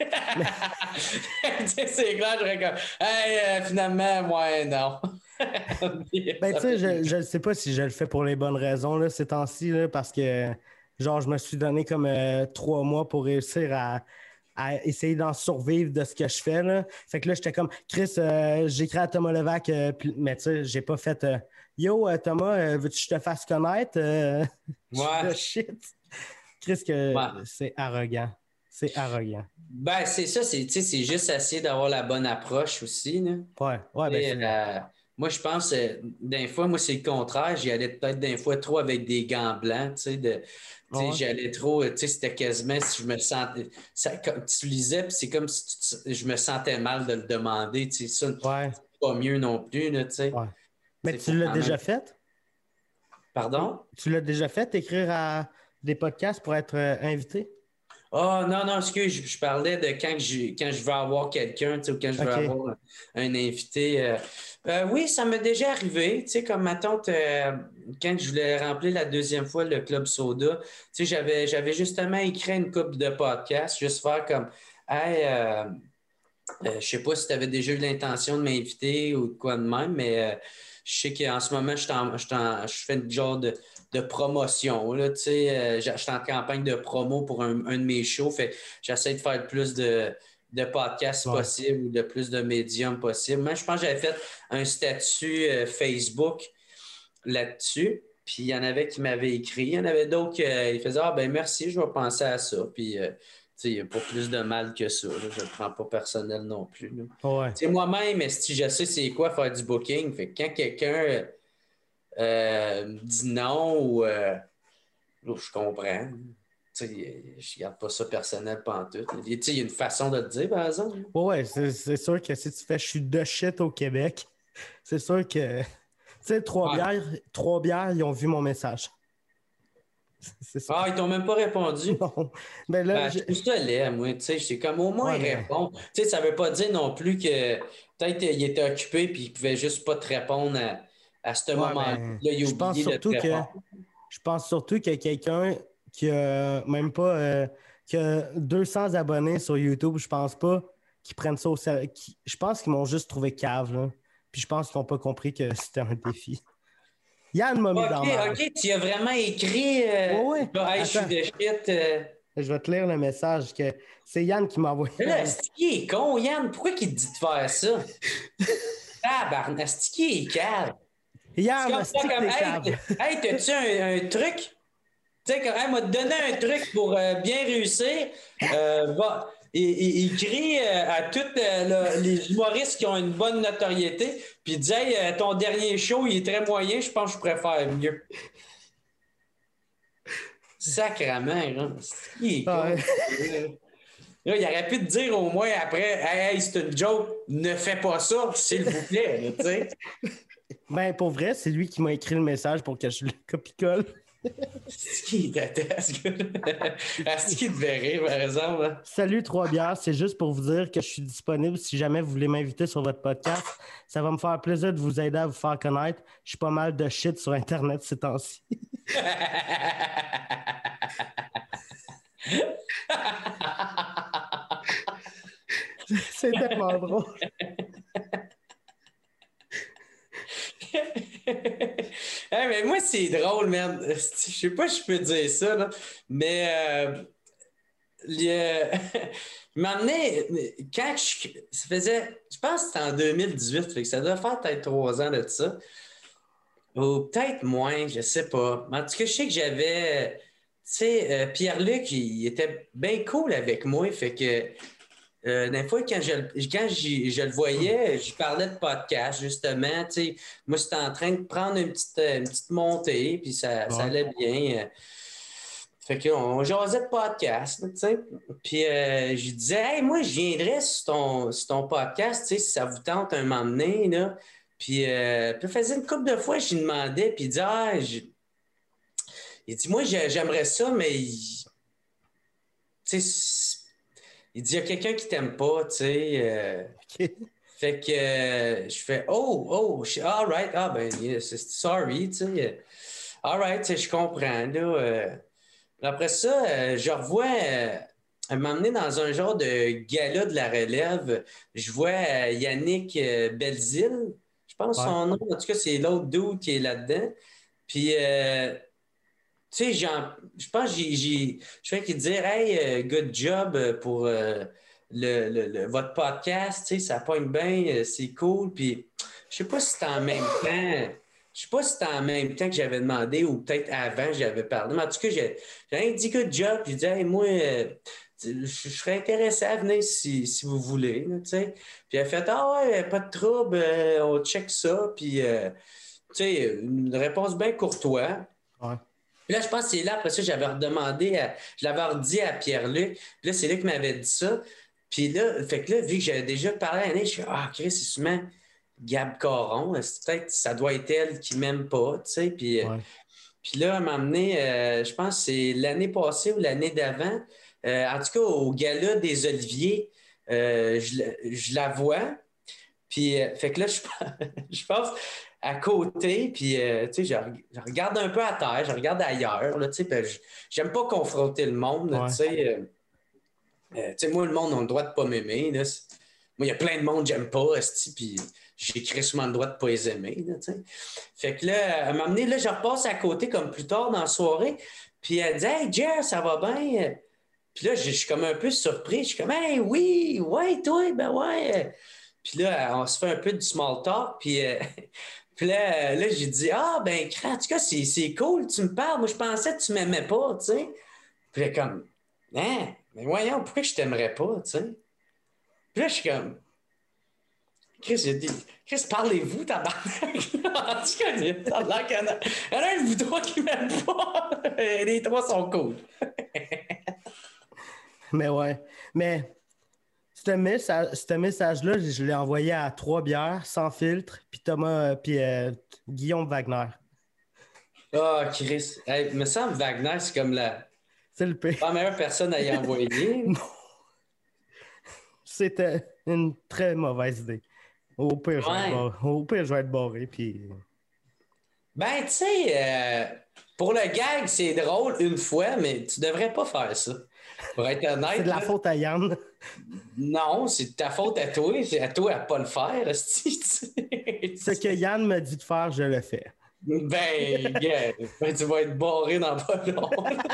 C'est clair, je serais comme, hey, finalement, ouais, non. Ben, tu sais, je ne sais pas si je le fais pour les bonnes raisons, là, ces temps-ci, là, parce que, genre, je me suis donné comme 3 mois pour réussir à essayer d'en survivre de ce que je fais, là. Fait que là, j'étais comme, Chris, j'écris à Thomas Levac, mais tu sais, j'ai pas fait, yo, Thomas, veux-tu que je te fasse connaître? Ouais. Shit. Chris, c'est arrogant. C'est arrogant. Ben, c'est ça, c'est juste essayer d'avoir la bonne approche aussi, là. Ouais, ben, moi, je pense, des fois, moi, c'est le contraire. J'y allais peut-être des fois trop avec des gants blancs, tu sais, j'allais trop, tu sais, c'était quasiment si je me sentais, comme tu lisais, puis c'est comme si je me sentais mal de le demander, tu sais, ça, c'est pas mieux non plus, là, tu sais. Ouais. Mais tu l'as déjà fait? Pardon? Tu l'as déjà fait, écrire à des podcasts pour être invité? Oh non, excuse, je parlais de quand je veux avoir quelqu'un, ou quand je veux avoir un invité. Oui, ça m'est déjà arrivé, tu sais, comme mettons, quand je voulais remplir la deuxième fois le Club Soda, tu sais, j'avais justement écrit une couple de podcasts, juste faire comme, hey, je sais pas si tu avais déjà eu l'intention de m'inviter ou de quoi de même, mais je sais qu'en ce moment, je fais une genre de promotion. Là, je suis en campagne de promo pour un de mes shows. Fait j'essaie de faire le plus de podcasts possible ou de plus de médiums possible. Moi, je pense que j'avais fait un statut Facebook là-dessus. Puis il y en avait qui m'avaient écrit. Il y en avait d'autres qui faisaient ah ben merci, je vais penser à ça. Puis il n'y a pas plus de mal que ça. Là. Je ne le prends pas personnel non plus. Ouais. Moi-même, si je sais c'est quoi faire du booking. Fait que quand quelqu'un me dit non ou je comprends. Tu sais, je garde pas ça personnel pantoute. Tu sais, il y a une façon de le dire, par exemple. Ouais, c'est sûr que si tu fais « je suis de shit au Québec », c'est sûr que... Tu sais, trois bières, ils ont vu mon message. C'est ça. Ah, ils t'ont même pas répondu? Non. Ben là, Je trouve ça laid, moi. Tu sais, j'étais comme au moins Ouais, ils mais- répondent. Tu sais, ça veut pas dire non plus que peut-être il était occupé puis il pouvait juste pas te répondre à ce Ouais, moment-là. mais Là, il a je pense oublié de te surtout que répondre. je pense surtout qu'il y a quelqu'un qui a même pas qui a 200 abonnés sur YouTube, je pense pas qu'ils prennent ça au sérieux. Je pense qu'ils m'ont juste trouvé cave, là. Puis je pense qu'ils n'ont pas compris que c'était un défi. Yann m'a mis OK, dans ma... OK, tu as vraiment écrit Ouais. genre, hey, je suis Attends, de shit. je vais te lire le message que c'est Yann qui m'a envoyé. Mais là, c'est qui est con, Yann? Pourquoi qu'il te dit de faire ça? Tabarnak, c'est qui est cave? C'est Yann, comme ça, c'est comme, que t'es cave. hey, t'as-tu un truc? Tu sais, comme, hey, m'a donné un truc pour bien réussir. Il crie à tous les humoristes qui ont une bonne notoriété, puis il dit, hey, ton dernier show, il est très moyen, je pense que je préfère mieux. Sacrement, là. C'est qui est con? Ouais. Là, il aurait pu te dire au moins après, hey, c'est une joke, ne fais pas ça, s'il vous plaît, là, tu sais. Ben, pour vrai, c'est lui qui m'a écrit le message pour que je le copie-colle. C'est qui déteste, est-ce qu'il devait rire, par exemple? Hein? Salut Trois Bières, c'est juste pour vous dire que je suis disponible si jamais vous voulez m'inviter sur votre podcast. Ça va me faire plaisir de vous aider à vous faire connaître. Je suis pas mal de shit sur Internet ces temps-ci. C'est tellement drôle. Hey, mais moi, c'est drôle, man. Je sais pas si je peux dire ça, là, mais m'amener quand ça faisait, je pense que c'était en 2018, fait que ça doit faire peut-être 3 ans de ça. Ou peut-être moins, je sais pas. Mais en tout cas, je sais que j'avais. Tu sais, Pierre-Luc, il était bien cool avec moi. Fait que des fois, quand je le voyais, je parlais de podcast, justement. Tu sais, moi, c'était en train de prendre une petite montée, puis ça allait bien. Fait qu'on jasait de podcast, tu sais. Puis je disais, hey, moi, je viendrais sur ton podcast, tu sais, si ça vous tente un moment donné, là. Puis faisait une couple de fois, je lui demandais, puis il dit, il dit, moi, j'aimerais ça, mais tu sais, il dit, il y a quelqu'un qui t'aime pas, tu sais. OK. Fait que je fais, all right, ben, yes, sorry, tu sais. All right, tu sais, je comprends, là. Après ça, je revois, m'emmener dans un genre de gala de la relève. Je vois Yannick Belzile, je pense son nom. En tout cas, c'est l'autre dude qui est là-dedans. Puis, tu sais, je pense que je fais qu'il dire, hey, good job pour votre podcast, tu sais, ça pogne bien, c'est cool. Puis, je sais pas si c'était en même temps. Je sais pas si c'était en même temps que j'avais demandé ou peut-être avant j'avais parlé. Mais en tout cas, j'ai dit good job. J'ai dit, hey, moi, je serais intéressé à venir si vous voulez. Là, tu sais. Puis elle a fait, ah ouais, pas de trouble, on check ça. Puis, tu sais, une réponse bien courtoise. Ouais. Puis là, je pense que c'est là, après ça, je l'avais redit à Pierre-Luc. Puis là, c'est lui qui m'avait dit ça. Puis là, fait que là, vu que j'avais déjà parlé à Annie, je suis Chris, c'est sûrement Gab Caron. Peut-être ça doit être elle qui m'aime pas, tu sais. Puis, puis là, elle m'a amené, je pense que c'est l'année passée ou l'année d'avant, en tout cas, au gala des Oliviers, je la vois. Puis, fait que là, je passe à côté, puis, tu sais, je regarde un peu à terre, je regarde ailleurs, là, tu sais, j'aime pas confronter le monde, tu sais. Tu sais, moi, le monde a le droit de pas m'aimer, là. Moi, il y a plein de monde que j'aime pas, puis j'ai souvent le droit de pas les aimer, là, tu sais. Fait que là, elle m'a amené, là, je repasse à côté comme plus tard dans la soirée, puis elle dit « Hey, Jer, ça va bien? » Puis là, je suis comme un peu surpris, je suis comme « Hey, oui, ouais, toi, ben ouais. » Puis là, on se fait un peu du small talk, puis... Puis là, j'ai dit, ben, en tout cas, c'est cool, tu me parles. Moi, je pensais que tu m'aimais pas, tu sais. Puis là, comme, hein, mais voyons, pourquoi je t'aimerais pas, tu sais. Puis là, je suis comme, Chris, parlez-vous, tabarnak. tout cas, ça a l'air qu'il y en a un de vous trois qui m'aime pas. Les trois sont cool. Mais ouais. Mais ce message-là, je l'ai envoyé à 3 bières, sans filtre, puis Guillaume Wagner. Ah, oh, Chris. Hey, me semble Wagner, c'est comme C'est le pire. La meilleure personne à y envoyer. Non. C'était une très mauvaise idée. Au pire, je vais être barré. Puis... Ben, tu sais, pour le gag, c'est drôle une fois, mais tu devrais pas faire ça. Pour être honnête. C'est de la faute à Yann. Non, c'est de ta faute à toi. C'est à toi à pas le faire. Ce que Yann me dit de faire, je le fais. Ben, tu vas être barré dans pas long.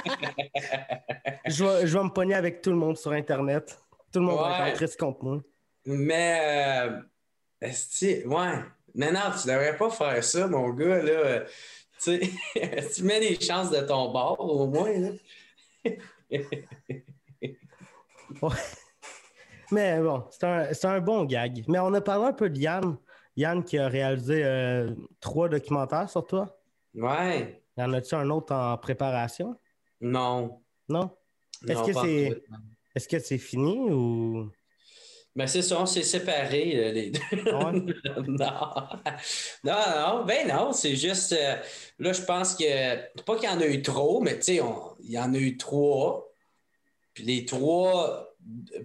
je vais me pogner avec tout le monde sur Internet. Tout le monde va être en triste contre moi. Mais, ouais. Mais non, tu devrais pas faire ça, mon gars. Là. Tu mets les chances de ton bord, au moins. Là. Ouais. Mais bon, c'est un bon gag. Mais on a parlé un peu de Yann. Yann qui a réalisé 3 documentaires sur toi. Ouais. Y en a-tu un autre en préparation? Non. Non? Est-ce que c'est fini ou... Ben c'est ça, on s'est séparés, les deux. Ouais. Non. Ben non, c'est juste... là, je pense que... Pas qu'il y en a eu trop, mais tu sais, il y en a eu 3. Puis les 3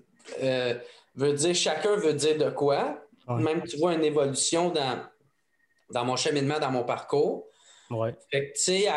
chacun veut dire de quoi. Ouais. Même, tu vois une évolution dans mon cheminement, dans mon parcours. Ouais. Fait que,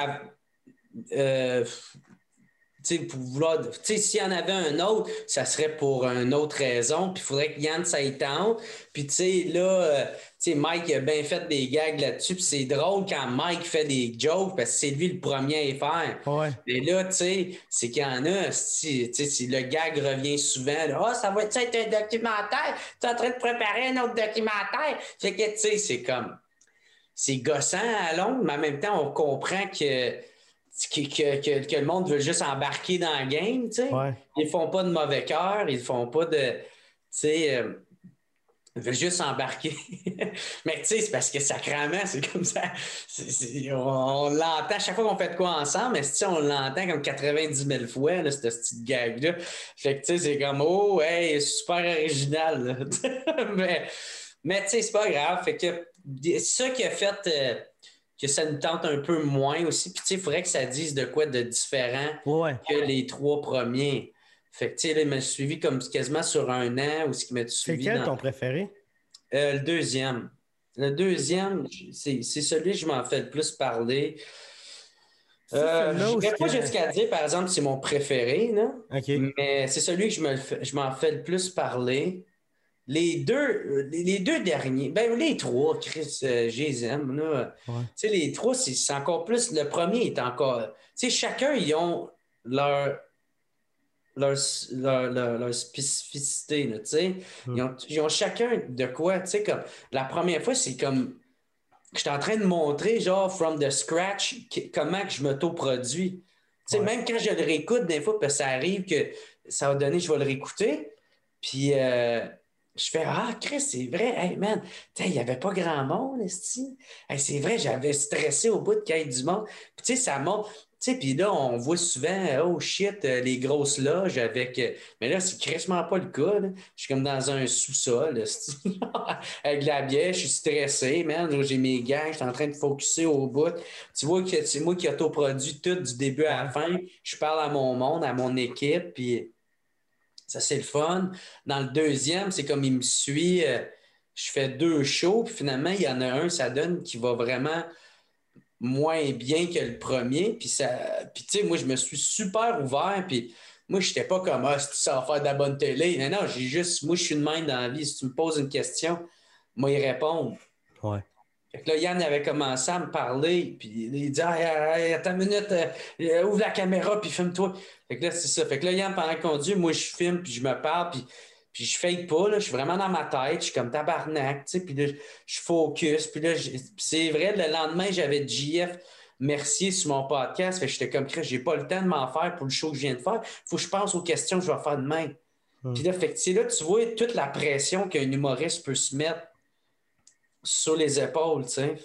tu sais, pour vouloir... Tu sais, s'il y en avait un autre, ça serait pour une autre raison. Puis il faudrait que Yann, ça y tente. Puis tu sais, là, tu sais, Mike a bien fait des gags là-dessus. Puis c'est drôle quand Mike fait des jokes parce que c'est lui le premier à y faire. Ouais. Et là, tu sais, c'est qu'il y en a, si le gag revient souvent, « ça va être un documentaire? Tu es en train de préparer un autre documentaire? » Fait que, tu sais, c'est comme... C'est gossant à longue, mais en même temps, on comprend que le monde veut juste embarquer dans le game, tu sais. Ouais. Ils font pas de mauvais cœur, ils font pas de... Tu sais, ils veulent juste embarquer. Mais tu sais, c'est parce que sacrément, c'est comme ça. On l'entend chaque fois qu'on fait de quoi ensemble, mais on l'entend comme 90 000 fois, là, cette petite gag-là. Fait que tu sais, c'est comme, oh, hey, super original. mais tu sais, c'est pas grave. Fait que c'est ça qui a fait... que ça nous tente un peu moins aussi. Puis, tu sais, il faudrait que ça dise de quoi de différent que les 3 premiers. Fait que, tu sais, là, il m'a suivi comme quasiment sur un an ou ce qui m'a suivi. C'est quel ton préféré? Le deuxième. Le deuxième, c'est celui que je m'en fais le plus parler. Je ne vais pas jusqu'à dire, par exemple, c'est mon préféré, là. Okay. Mais c'est celui que je m'en fais le plus parler. Les deux derniers, ben les 3, Chris, je les aime. Là. Ouais. Tu sais, les 3, c'est encore plus. Le premier est encore. Tu sais, chacun, ils ont leur spécificité. Là, tu sais. Ils ont chacun de quoi. Tu sais, comme la première fois, c'est comme. J'étais en train de montrer, genre, from the scratch, comment que je m'auto-produis. Tu sais, même quand je le réécoute, des fois, parce que ça arrive que ça va donner, je vais le réécouter. Puis. Je fais, Chris, c'est vrai, hey man, il n'y avait pas grand monde, hey, c'est vrai, j'avais stressé au bout de qu'il y ait du monde. Puis, tu sais, ça monte. Tu sais, puis là, on voit souvent, oh shit, les grosses loges avec. Mais là, c'est crissement pas le cas. Là. Je suis comme dans un sous-sol, avec de la bière, je suis stressé, man. J'ai mes gangs, je suis en train de focusser au bout. Tu vois que c'est moi qui autoproduis tout du début à la fin. Je parle à mon monde, à mon équipe, puis. Ça, c'est le fun. Dans le deuxième, c'est comme il me suit. Je fais 2 shows, puis finalement, il y en a un, ça donne qui va vraiment moins bien que le premier. Puis, tu sais, moi, je me suis super ouvert, puis moi, je n'étais pas comme, ça va faire de la bonne télé. Non, moi, je suis de même dans la vie. Si tu me poses une question, moi, y répondre. Ouais. Fait que là, Yann avait commencé à me parler, puis il dit attends une minute, ouvre la caméra, puis filme-toi. Fait que là, c'est ça. Fait que là, Yann, pendant qu'on conduit, moi, je filme, puis je me parle, puis je fake pas, là, je suis vraiment dans ma tête, je suis comme tabarnak, tu sais, puis là, je focus, puis là, c'est vrai, le lendemain, j'avais JF Mercier sur mon podcast, fait que j'étais comme, j'ai pas le temps de m'en faire pour le show que je viens de faire, faut que je pense aux questions que je vais faire demain. Puis là, fait que là, tu vois toute la pression qu'un humoriste peut se mettre sur les épaules, tu sais.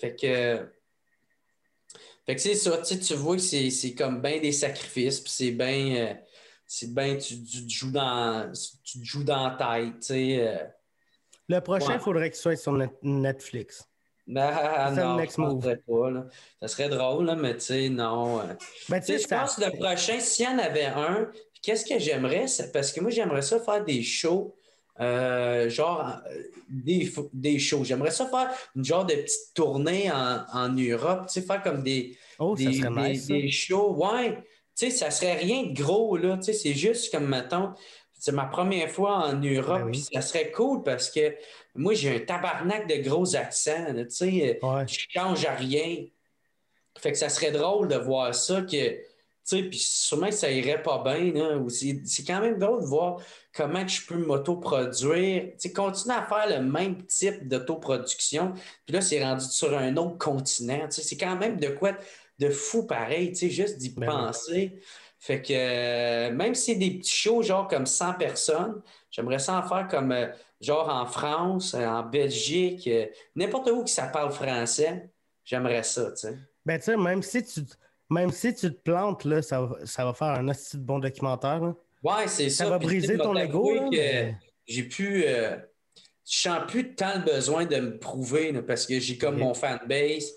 Fait que c'est ça, tu vois que c'est comme bien des sacrifices, puis c'est bien, tu te joues dans la tête, tu sais. Le prochain, Ouais. il faudrait qu'il soit sur Netflix. Ben, C'est ça le non, je next move. penserais pas, là. Ça serait drôle, là, mais tu sais, non. Ben, Tu tu sais, sais, je pense que le prochain, s'il y en avait un, qu'est-ce que j'aimerais? Parce que moi, j'aimerais ça faire des shows, genre des shows. J'aimerais ça faire une genre de petite tournée en Europe, tu sais, faire comme Oh, ça serait nice, ça. des shows. Ouais, tu sais, ça serait rien de gros, là. Tu sais, c'est juste comme, mettons, c'est ma première fois en Ben Europe, puis oui. ça serait cool parce que moi, j'ai un tabarnak de gros accents, là, tu sais, Ouais. je change à rien. Fait que ça serait drôle de voir ça, que, tu sais, puis sûrement que ça irait pas bien, là, ou c'est quand même drôle de voir comment je peux m'autoproduire, tu sais, continuer à faire le même type d'autoproduction, puis là, c'est rendu sur un autre continent, tu sais, c'est quand même de quoi de fou pareil, tu sais, juste d'y Ben oui. penser. Fait que même si c'est des petits shows, genre comme 100 personnes, j'aimerais ça en faire comme, genre en France, en Belgique, n'importe où que ça parle français, j'aimerais ça, tu sais. Ben, tu sais, même si tu te plantes, là, ça va faire un assez bon documentaire, là. Ouais, c'est Ça ça. va Puis, tu sais, briser m'a ton ego, avoué là, que mais. j'ai pu. Je sens plus tant le besoin de me prouver, là, parce que j'ai comme mon OK. fanbase.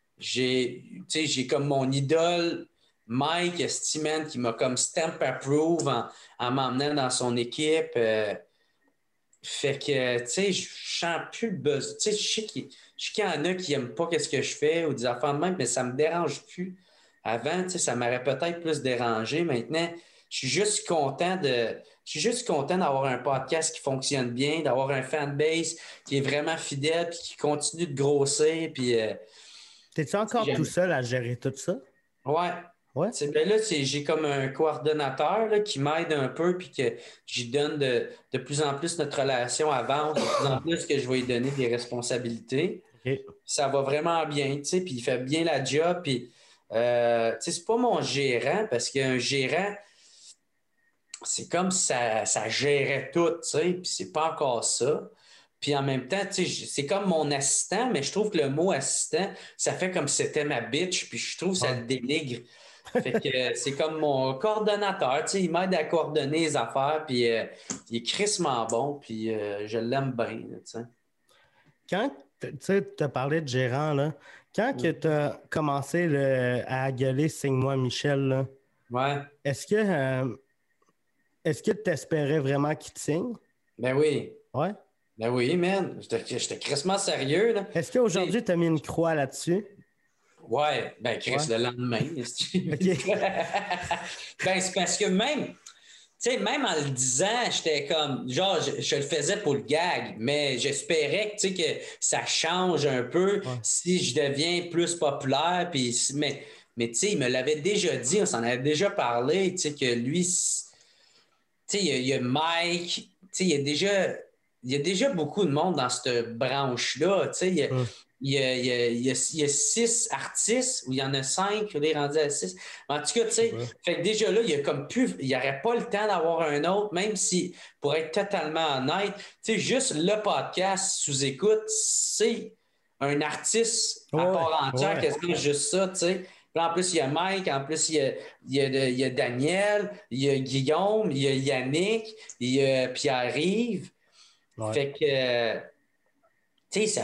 Tu sais, j'ai comme mon idole, Mike Estiman, qui m'a comme stamp approve en m'emmenant dans son équipe. Fait que, tu sais, je sens plus le besoin. Tu sais, je sais qu'il y en a qui n'aiment pas ce que je fais ou des affaires de même, mais ça me dérange plus. Avant, tu sais, ça m'aurait peut-être plus dérangé. Maintenant, je suis juste content de, je suis juste content d'avoir un podcast qui fonctionne bien, d'avoir un fanbase qui est vraiment fidèle puis qui continue de grossir. Puis, T'es-tu tu sais, encore tout seul à gérer tout ça? ouais. Ouais? Ben là, j'ai comme un coordonnateur là, qui m'aide un peu puis que j'y donne de plus en plus notre relation avance, de plus en plus que je vais lui donner des responsabilités. OK. Ça va vraiment bien, tu sais, puis il fait bien la job. Puis, tu sais, c'est pas mon gérant parce qu'un gérant, c'est comme ça gérait tout, tu sais, puis c'est pas encore ça. Puis en même temps, tu sais, c'est comme mon assistant, mais je trouve que le mot assistant, ça fait comme si c'était ma bitch, puis je trouve que ça Ouais. le dénigre. Fait que c'est comme mon coordonnateur, tu sais, il m'aide à coordonner les affaires, puis il est crissement bon, puis je l'aime bien, là, tu sais. Quand tu sais, tu as parlé de gérant, là, quand que tu as commencé à gueuler Signe-moi Michel, là, Ouais, est-ce que est-ce que tu espérais vraiment qu'il te signe? ben oui, Ouais. ben oui, man, j'étais crissement sérieux, là. Est-ce Tu qu'aujourd'hui, sais, tu as mis une croix là-dessus? ouais, ben Chris, Ouais. le lendemain. OK. Ben, c'est parce que même, tu sais, même en le disant, j'étais comme, genre, je le faisais pour le gag, mais j'espérais que, tu sais, que ça change un peu Ouais. si je deviens plus populaire. Puis, mais tu sais, il me l'avait déjà dit, on s'en avait déjà parlé, tu sais, que lui, tu sais, il y a Mike, tu sais, il y a déjà beaucoup de monde dans cette branche-là, tu sais, Hum. il y a 6 artistes, ou il y en a 5, il est rendu à 6. En tout cas, tu Je sais sais, pas. fait que déjà là, il y a comme plus, il n'y aurait pas le temps d'avoir un autre, même si, pour être totalement honnête, tu sais, juste le podcast sous écoute, c'est un artiste à Ouais, part entière, ouais. quasiment juste ça, tu sais. Puis en plus, il y a Mike, en plus, il y a Daniel, il y a Guillaume, il y a Yannick, il y a Pierre-Yves. Ouais. Fait que, tu sais,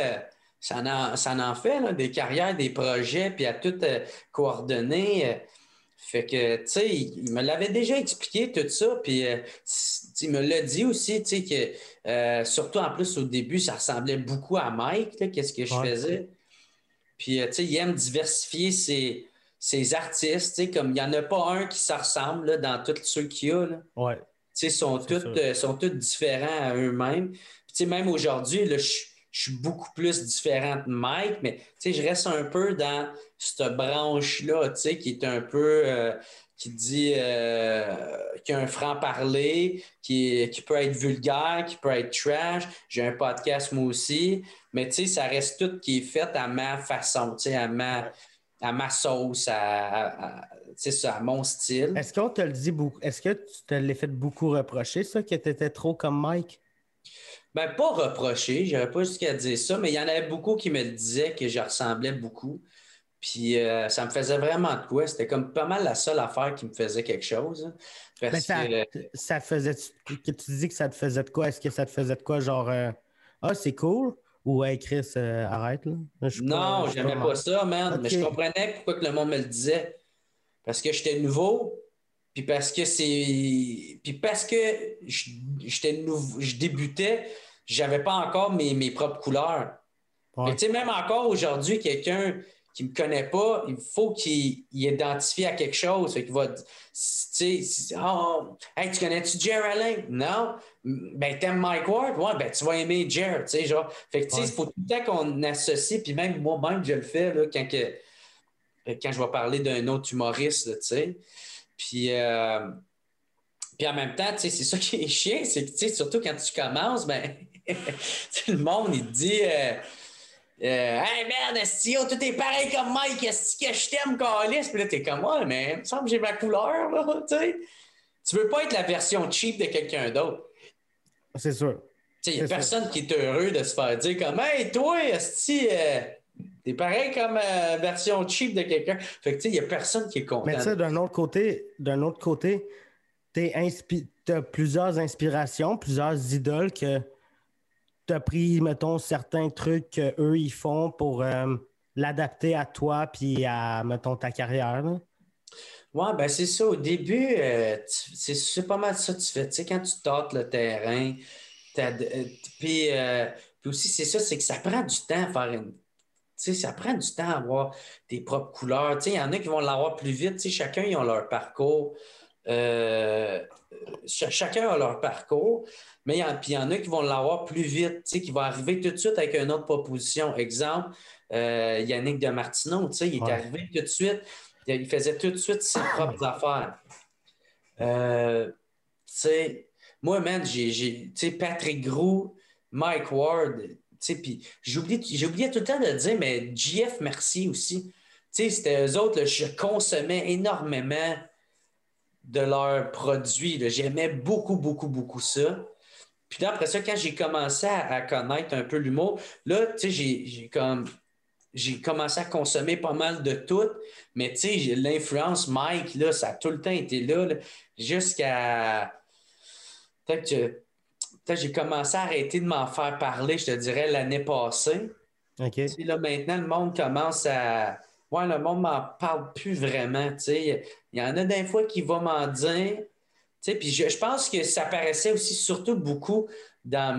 ça en fait là, des carrières, des projets, puis à tout coordonner. Fait que, tu sais, il me l'avait déjà expliqué tout ça, puis il me l'a dit aussi, tu sais, que surtout en plus au début, ça ressemblait beaucoup à Mike, là, qu'est-ce que je Ouais. faisais. Puis, tu sais, il aime diversifier ses artistes, tu sais, comme il n'y en a pas un qui se ressemble là, dans tous ceux qu'il y a, là. Ouais. Tu sais, C'est sûr. sont tous différents à eux-mêmes. Puis, tu sais, même aujourd'hui, là, je suis beaucoup plus différent de Mike, mais tu sais, je reste un peu dans cette branche-là, tu sais, qui est un peu, qui dit, qui a un franc-parler, qui peut être vulgaire, qui peut être trash. J'ai un podcast, moi aussi, mais tu sais, ça reste tout qui est fait à ma façon, tu sais, Ouais. à ma sauce, tu sais, ça, à mon style. Est-ce qu'on te le dit beaucoup? Est-ce que tu te l'as fait beaucoup reprocher, ça, que tu étais trop comme Mike? Ben, pas reproché, j'aurais pas jusqu'à dire ça, mais il y en avait beaucoup qui me disaient que je ressemblais beaucoup. Puis ça me faisait vraiment de quoi. C'était comme pas mal la seule affaire qui me faisait quelque chose, hein. Mais Parce que ça faisait. Que tu dis que ça te faisait de quoi? Est-ce que ça te faisait de quoi? Genre, ah, c'est cool? Ou, hey, Chris, arrête, là. non, Je suis pas j'aimais pas mal. ça, man. Mais OK. je comprenais pourquoi que le monde me le disait. Parce que j'étais nouveau, puis parce que j'étais nouveau, je débutais, j'avais pas encore mes propres couleurs. Fait Ouais. que, tu sais, même encore aujourd'hui, quelqu'un qui me connaît pas, il faut qu'il identifie à quelque chose. Fait qu'il va, tu sais, oh, hey, tu connais-tu Jer Alain? Non? Ben, t'aimes Mike Ward? Ouais, ben, tu vas aimer Jer, tu sais, genre. Fait que, tu sais, il Ouais. faut tout le temps qu'on associe, puis même moi-même, je le fais, là, quand je vais parler d'un autre humoriste, là, tu sais. Puis, puis en même temps, tu sais, c'est ça qui est chiant, c'est que, tu sais, surtout quand tu commences, ben, le monde, il te dit, hey man, Estio, tout est pareil comme Mike, est-ce que je t'aime, Calis? Puis là, t'es comme, ouais, mais il me semble que j'ai ma couleur, là, tu sais. Tu veux pas être la version cheap de quelqu'un d'autre. C'est sûr. Tu sais, il n'y a C'est sûr. personne qui est heureux de se faire dire comme, hey, toi, Esti, t'es pareil comme version cheap de quelqu'un. Fait que, tu sais, il n'y a personne qui est Mais content. tu sais, d'un autre côté, t'as plusieurs inspirations, plusieurs idoles que t'as pris, mettons, certains trucs qu'eux, ils font pour l'adapter à toi puis à, mettons, ta carrière, là. Ouais, ben c'est ça. Au début, c'est pas mal ça que tu fais. Tu sais, quand tu tâtes le terrain, t'as de- euh, puis, euh, puis aussi, c'est ça, c'est que ça prend du temps à faire une. Tu sais, ça prend du temps à avoir tes propres couleurs. Tu sais, il y en a qui vont l'avoir plus vite. Tu sais, chacun, ils ont leur parcours. Euh, chacun a leur parcours, mais puis il y en a qui vont l'avoir plus vite, tu sais, qui vont arriver tout de suite avec une autre proposition. Exemple, Yannick Demartino, tu sais, il est Ouais. arrivé tout de suite, il faisait tout de suite ses propres affaires. Tu sais, moi, man, tu sais, Patrick Groux, Mike Ward, tu sais, puis j'oubliais tout le temps de dire, mais JF Mercier aussi. Tu sais, c'était eux autres, là, je consommais énormément de leurs produits, là. J'aimais beaucoup, beaucoup, beaucoup ça. Puis là, après ça, quand j'ai commencé à connaître un peu l'humour, là, tu sais, j'ai commencé à consommer pas mal de tout, mais tu sais, l'influence Mike, là, ça a tout le temps été là, jusqu'à peut-être que peut-être j'ai commencé à arrêter de m'en faire parler, je te dirais, l'année passée. Tu OK. sais, là, maintenant, le monde commence à. Ouais, le monde m'en parle plus vraiment. Tu sais. Il y en a des fois qui vont m'en dire. Tu sais, puis je pense que ça paraissait aussi surtout beaucoup dans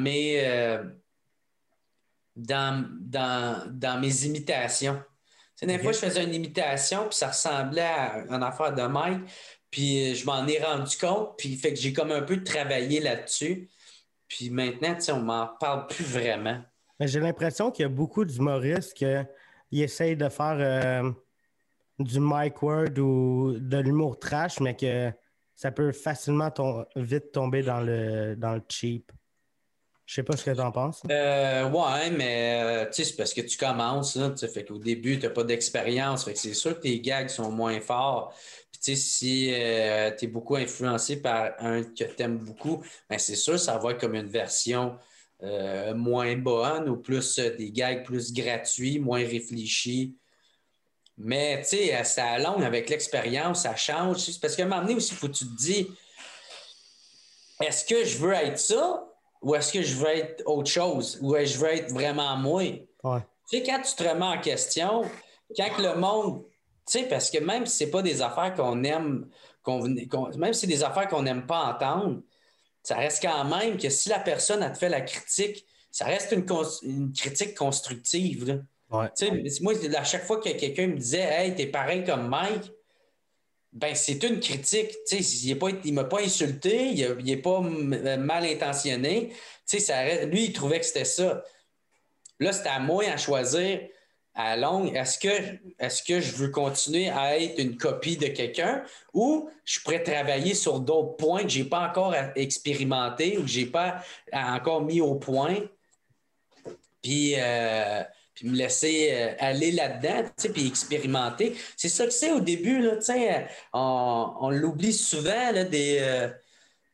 dans mes imitations. Tu sais, des fois, je OK. faisais une imitation, puis ça ressemblait à une affaire de Mike, puis je m'en ai rendu compte, puis fait que j'ai comme un peu travaillé là-dessus. Puis maintenant, tu sais, on m'en parle plus vraiment. Mais j'ai l'impression qu'il y a beaucoup d'humoristes qui essayent de faire du Mike Ward ou de l'humour trash, mais que ça peut facilement vite tomber dans le cheap. Je sais pas ce que tu en penses. Ouais, mais tu sais, c'est parce que tu commences, là, tu sais, fait qu'au début, tu n'as pas d'expérience, fait que c'est sûr que tes gags sont moins forts. Puis tu sais, si tu es beaucoup influencé par un que tu aimes beaucoup, ben c'est sûr ça va être comme une version moins bonne ou plus des gags plus gratuits, moins réfléchis. Mais tu sais, ça longue avec l'expérience, ça change. C'est parce qu'à un moment donné aussi, il faut que tu te dis, est-ce que je veux être ça ou est-ce que je veux être autre chose ou est-ce que je veux être vraiment moi? Ouais. Tu sais, quand tu te remets en question, quand que le monde, tu sais, parce que même si c'est pas des affaires qu'on aime, même si c'est des affaires qu'on n'aime pas entendre, ça reste quand même que si la personne a te fait la critique, ça reste une critique constructive, là. Ouais. Tu sais, moi, à chaque fois que quelqu'un me disait, hey, t'es pareil comme Mike, ben, c'est une critique. Tu sais, il m'a pas insulté, il est pas mal intentionné. Tu sais, lui, il trouvait que c'était ça. Là, c'était à moi à choisir à longue. Est-ce que je veux continuer à être une copie de quelqu'un ou je pourrais travailler sur d'autres points que j'ai pas encore expérimenté ou que j'ai pas encore mis au point? Puis, puis me laisser aller là-dedans, tu sais, puis expérimenter. C'est ça que c'est au début, là, tu sais, on l'oublie souvent, là,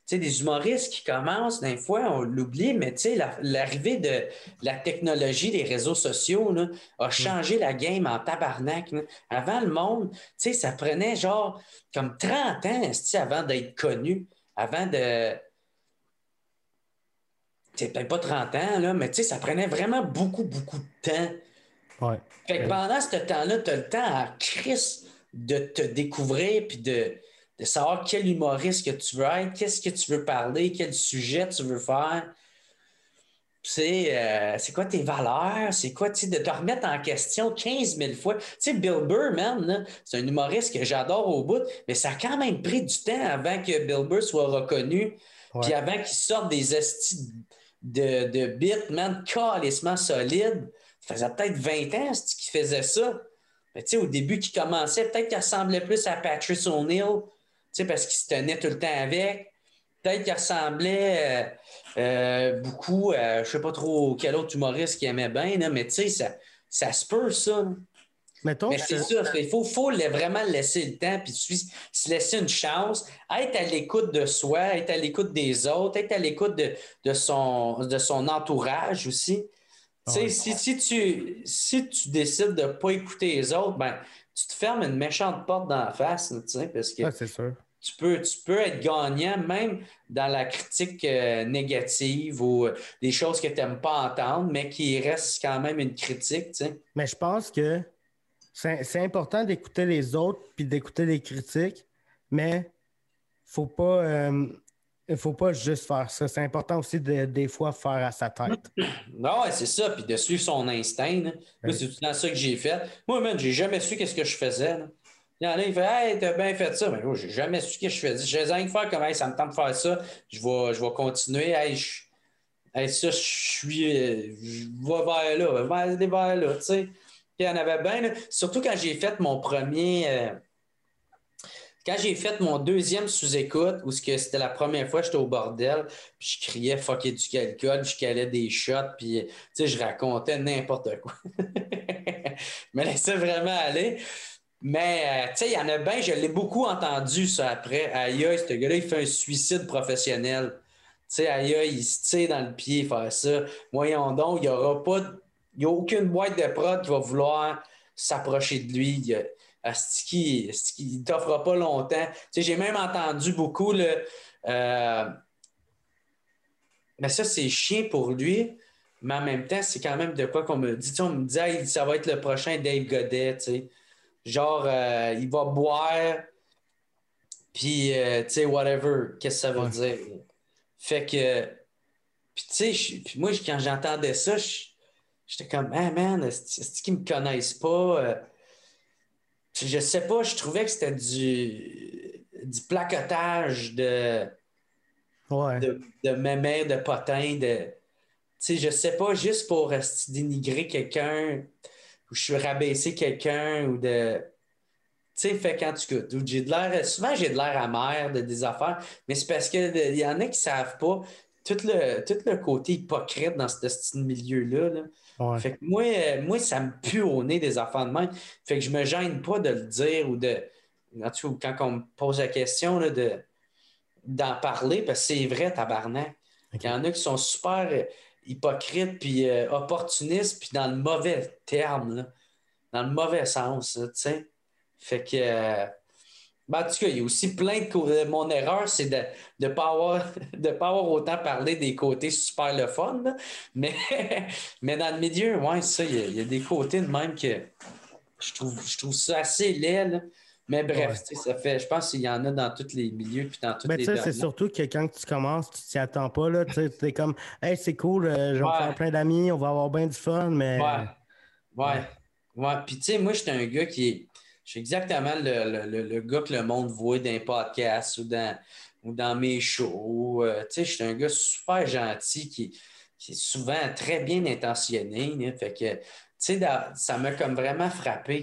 sais, des humoristes qui commencent, des fois, on l'oublie, mais tu sais, l'arrivée de la technologie, des réseaux sociaux, là, a changé la game en tabarnak. Là. Avant, le monde, tu sais, ça prenait genre comme 30 ans avant d'être connu, avant de... C'est peut-être pas 30 ans, là, mais tu sais, ça prenait vraiment beaucoup, beaucoup de temps. Ouais. Fait que pendant ce temps-là, tu as le temps à Chris de te découvrir puis de savoir quel humoriste que tu veux être, qu'est-ce que tu veux parler, quel sujet tu veux faire. C'est quoi tes valeurs? C'est quoi, tu sais, de te remettre en question 15 000 fois. Tu sais, Bill Burr, man, là, c'est un humoriste que j'adore au bout, mais ça a quand même pris du temps avant que Bill Burr soit reconnu, puis avant qu'il sorte des estis de bits, man, calissement solides. Ça faisait peut-être 20 ans qu'il faisait ça. Mais tu sais, au début qu'il commençait, peut-être qu'il ressemblait plus à Patrice O'Neill, tu sais, parce qu'il se tenait tout le temps avec. Peut-être qu'il ressemblait beaucoup à, je sais pas trop quel autre humoriste qu'il aimait bien, là, mais tu sais, ça se peut, ça. Mettons mais c'est ça, il faut vraiment laisser le temps, puis se laisser une chance, être à l'écoute de soi, être à l'écoute des autres, être à l'écoute de son entourage aussi. Tu sais, si tu décides de ne pas écouter les autres, ben, tu te fermes une méchante porte dans la face, tu sais, parce que c'est sûr. tu peux être gagnant même dans la critique négative ou des choses que tu n'aimes pas entendre, mais qui reste quand même une critique, tu sais. Mais je pense que c'est important d'écouter les autres puis d'écouter les critiques, mais faut pas, faut pas juste faire ça. C'est important aussi des fois faire à sa tête. Non, ouais, c'est ça, puis de suivre son instinct. Là. Moi, c'est tout dans ça que j'ai fait. Moi, man, j'ai jamais su qu'est-ce que je faisais. Là. Il y en a, il fait Hey, t'as bien fait ça. Mais moi, j'ai jamais su ce que je faisais. Je faisais rien que faire comme hey, ça me tente de faire ça. Je vais continuer. Hey, ça, je vais vers là. Je vais aller vers là, tu sais. Puis il y en avait bien. Là. Surtout quand j'ai fait mon premier. Quand j'ai fait mon deuxième sous-écoute, où c'était la première fois que j'étais au bordel, puis je criais fucker du alcool, je calais des shots, puis je racontais n'importe quoi. Je me laissais vraiment aller. Mais il y en a bien, je l'ai beaucoup entendu ça après. Aïe, ce gars-là, il fait un suicide professionnel. Aïe, il se tire dans le pied faire ça. Voyons donc, il n'y a aucune boîte de prod qui va vouloir s'approcher de lui. Il ne t'offrera pas longtemps. J'ai même entendu beaucoup, mais ça, c'est chiant pour lui, mais en même temps, c'est quand même de quoi qu'on me dit. On me dit, hey, ça va être le prochain Dave Godet. Genre, il va boire, puis, whatever. Qu'est-ce que ça veut dire? Fait que, puis moi, quand j'entendais ça, j'étais comme, ah man, est-ce qu'ils me connaissent pas? Je sais pas, je trouvais que c'était du placotage de mémères, de potins, je sais pas, juste pour dénigrer quelqu'un, ou je suis rabaisser quelqu'un, ou de... Tu sais, fait quand souvent j'ai de l'air amer de des affaires, mais c'est parce qu'il y en a qui savent pas tout le côté hypocrite dans ce milieu-là, là. Ouais. Fait que moi, ça me pue au nez des affaires de même. Fait que je me gêne pas de le dire ou quand on me pose la question là, d'en parler, parce que c'est vrai, tabarnak. Okay. Il y en a qui sont super hypocrites puis opportunistes, puis dans le mauvais terme, là, dans le mauvais sens, tu sais. Fait que en tout cas, il y a aussi plein de mon erreur, c'est de ne pas avoir autant parlé des côtés super le fun. Là. Mais dans le milieu, ouais, ça, il y a des côtés de même que je trouve ça assez laid. Là. Mais bref, ça fait. Je pense qu'il y en a dans tous les milieux puis dans toutes les domaines. C'est surtout que quand tu commences, tu t'y attends pas. Tu es comme hey, c'est cool, je vais me faire plein d'amis, on va avoir bien du fun, mais. Ouais. Puis tu sais, moi, j'étais un gars je suis exactement le gars que le monde voit dans les podcasts ou dans mes shows. Je suis un gars super gentil qui est souvent très bien intentionné. Là, fait que, ça m'a comme vraiment frappé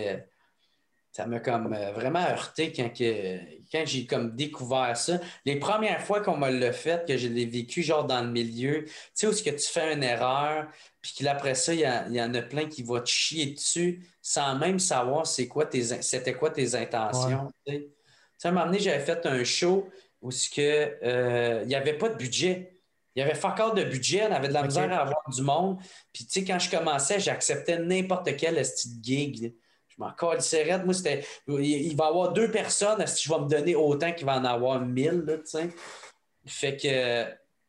ça m'a comme vraiment heurté quand j'ai comme découvert ça. Les premières fois qu'on me l'a fait, que je l'ai vécu genre dans le milieu, tu sais, où est-ce que tu fais une erreur, puis qu'après ça, il y en a plein qui vont te chier dessus sans même savoir c'était quoi tes intentions. Ouais. Tu sais, à un moment donné, j'avais fait un show où il n'y avait pas de budget. Il y avait fuck all de budget, on avait de la misère à avoir du monde. Puis, tu sais, quand je commençais, j'acceptais n'importe quel style de gig. Je m'en calissais raide. Moi, c'était. Il va y avoir 2 personnes, si je vais me donner autant qu'il va en avoir 1000, là, tu sais. Fait que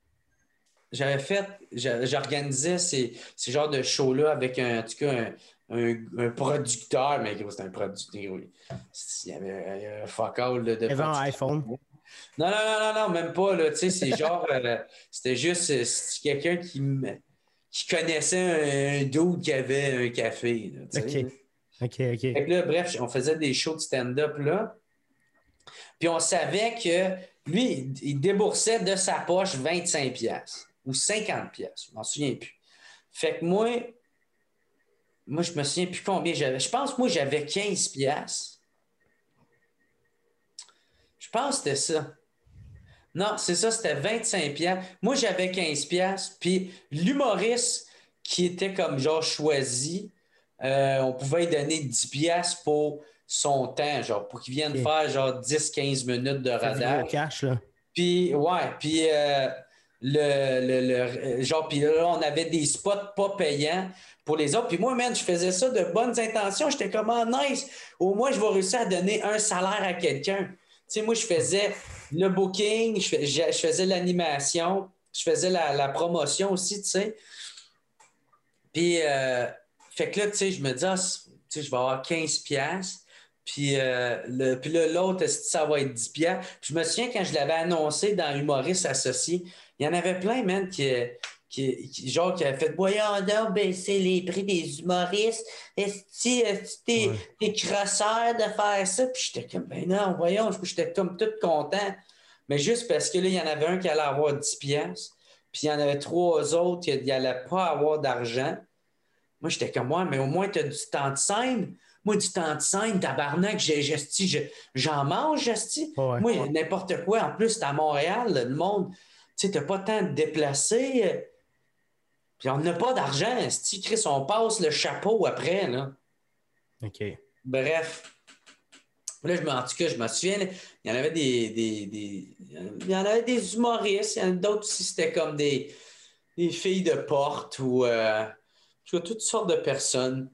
j'organisais ces genres de shows-là avec en tout cas, un producteur, mais gros, c'était un producteur. Oui. Il y avait un fuck all de il y avait un iPhone. Non, même pas. Là, c'est genre, c'était juste c'est quelqu'un qui connaissait un dude qui avait un café. Là, OK. Fait que là, bref, on faisait des shows de stand-up là. Puis on savait que lui, il déboursait de sa poche 25$ ou 50$. Je m'en souviens plus. Fait que moi, je me souviens plus combien j'avais. Je pense que moi, j'avais 15$. Je pense que c'était ça. Non, c'est ça, c'était 25$. Moi, j'avais 15$. Puis l'humoriste qui était comme genre choisi, on pouvait lui donner 10$ pour son temps, genre pour qu'il vienne faire genre 10-15 minutes de radar. Cash, là. Puis, ouais, puis genre, puis là, on avait des spots pas payants pour les autres. Puis moi, man, je faisais ça de bonnes intentions. J'étais comme, nice, au moins, je vais réussir à donner un salaire à quelqu'un. Tu sais, moi, je faisais le booking, je faisais l'animation, je faisais la promotion aussi, tu sais. Puis, fait que là, tu sais, je me dis, tu sais, je vais avoir 15$. Puis là, l'autre, ça va être 10$. Puis je me souviens quand je l'avais annoncé dans Humoriste Associé, il y en avait plein, man, qui avaient fait voyons donc baisser les prix des humoristes. Est-ce que t'es crosseur de faire ça? Puis j'étais comme, ben non, voyons, j'étais comme tout content. Mais juste parce que là, il y en avait un qui allait avoir 10$, puis il y en avait 3 autres qui n'allaient pas avoir d'argent. Moi, j'étais comme, ouais, mais au moins, tu as du temps de scène. Moi, du temps de scène, tabarnak, j'en mange, gesti. Ouais. Moi, n'importe quoi. En plus, c'est à Montréal, le monde, tu sais, t'as pas le temps de déplacer. Puis on n'a pas d'argent, esti. Chris, on passe le chapeau après, là. OK. Bref. Là, en tout cas, je me souviens, il y en avait il y en avait des humoristes, il y en a d'autres aussi, c'était comme des filles de porte ou toutes sortes de personnes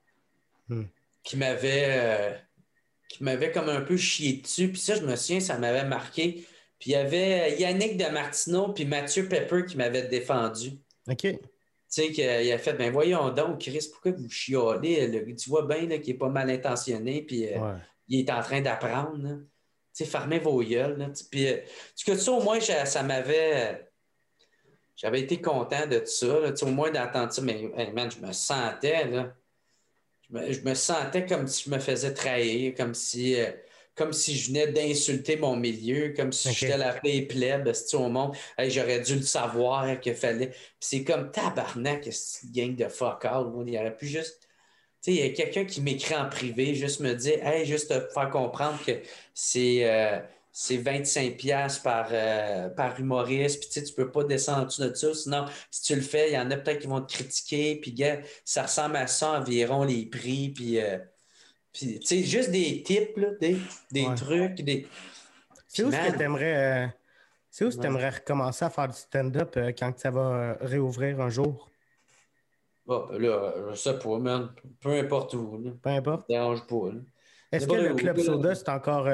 qui m'avaient comme un peu chié dessus. Puis ça, je me souviens, ça m'avait marqué. Puis il y avait Yannick de Martineau puis Mathieu Pepper qui m'avaient défendu. OK. Tu sais, qu'il a fait, ben voyons donc, Chris, pourquoi vous chialez? Tu vois bien qu'il est pas mal intentionné, puis il est en train d'apprendre. Tu sais, fermez vos gueules. Là, puis, tu sais, ça, au moins, ça m'avait... J'avais été content de tout ça, là, au moins d'entendre ça, mais hey, man, je me sentais, là. Je me sentais comme si je me faisais trahir, comme si je venais d'insulter mon milieu, comme si j'étais la paix plèbe au monde. Hey, j'aurais dû le savoir qu'il fallait. Puis c'est comme tabarnak, cette gang de fuck all. Il y aurait pu juste. Tu sais, il y a quelqu'un qui m'écrit en privé, juste me dire, hey, juste te faire comprendre que c'est 25$ par humoriste, puis tu sais, tu peux pas descendre en dessous de ça, sinon, si tu le fais, il y en a peut-être qui vont te critiquer, puis gars, ça ressemble à ça environ les prix, puis tu sais, juste des tips, là, des trucs, des... C'est où ce que t'aimerais... C'est où tu aimerais recommencer à faire du stand-up quand ça va réouvrir un jour? Oh, ben là, je sais pas, man. Peu importe où. Là. Peu importe. Ça me dérange pas. Là. Est-ce que le Club Soda, c'est encore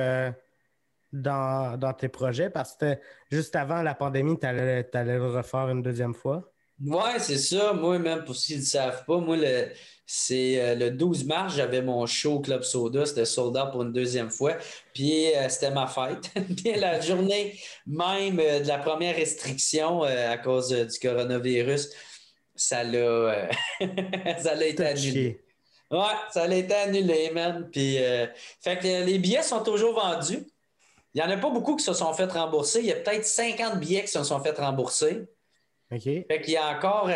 dans tes projets? Parce que juste avant la pandémie, tu allais le refaire une deuxième fois. Ouais, c'est ça. Moi, même pour ceux qui ne le savent pas, moi, c'est le 12 mars, j'avais mon show au Club Soda. C'était sold out pour une deuxième fois. Puis c'était ma fête. Puis la journée même de la première restriction à cause du coronavirus, ça l'a été annulé. Ouais, ça a été annulé, man. Puis, fait que les billets sont toujours vendus. Il n'y en a pas beaucoup qui se sont fait rembourser. Il y a peut-être 50 billets qui se sont fait rembourser. OK. Fait qu'il y a encore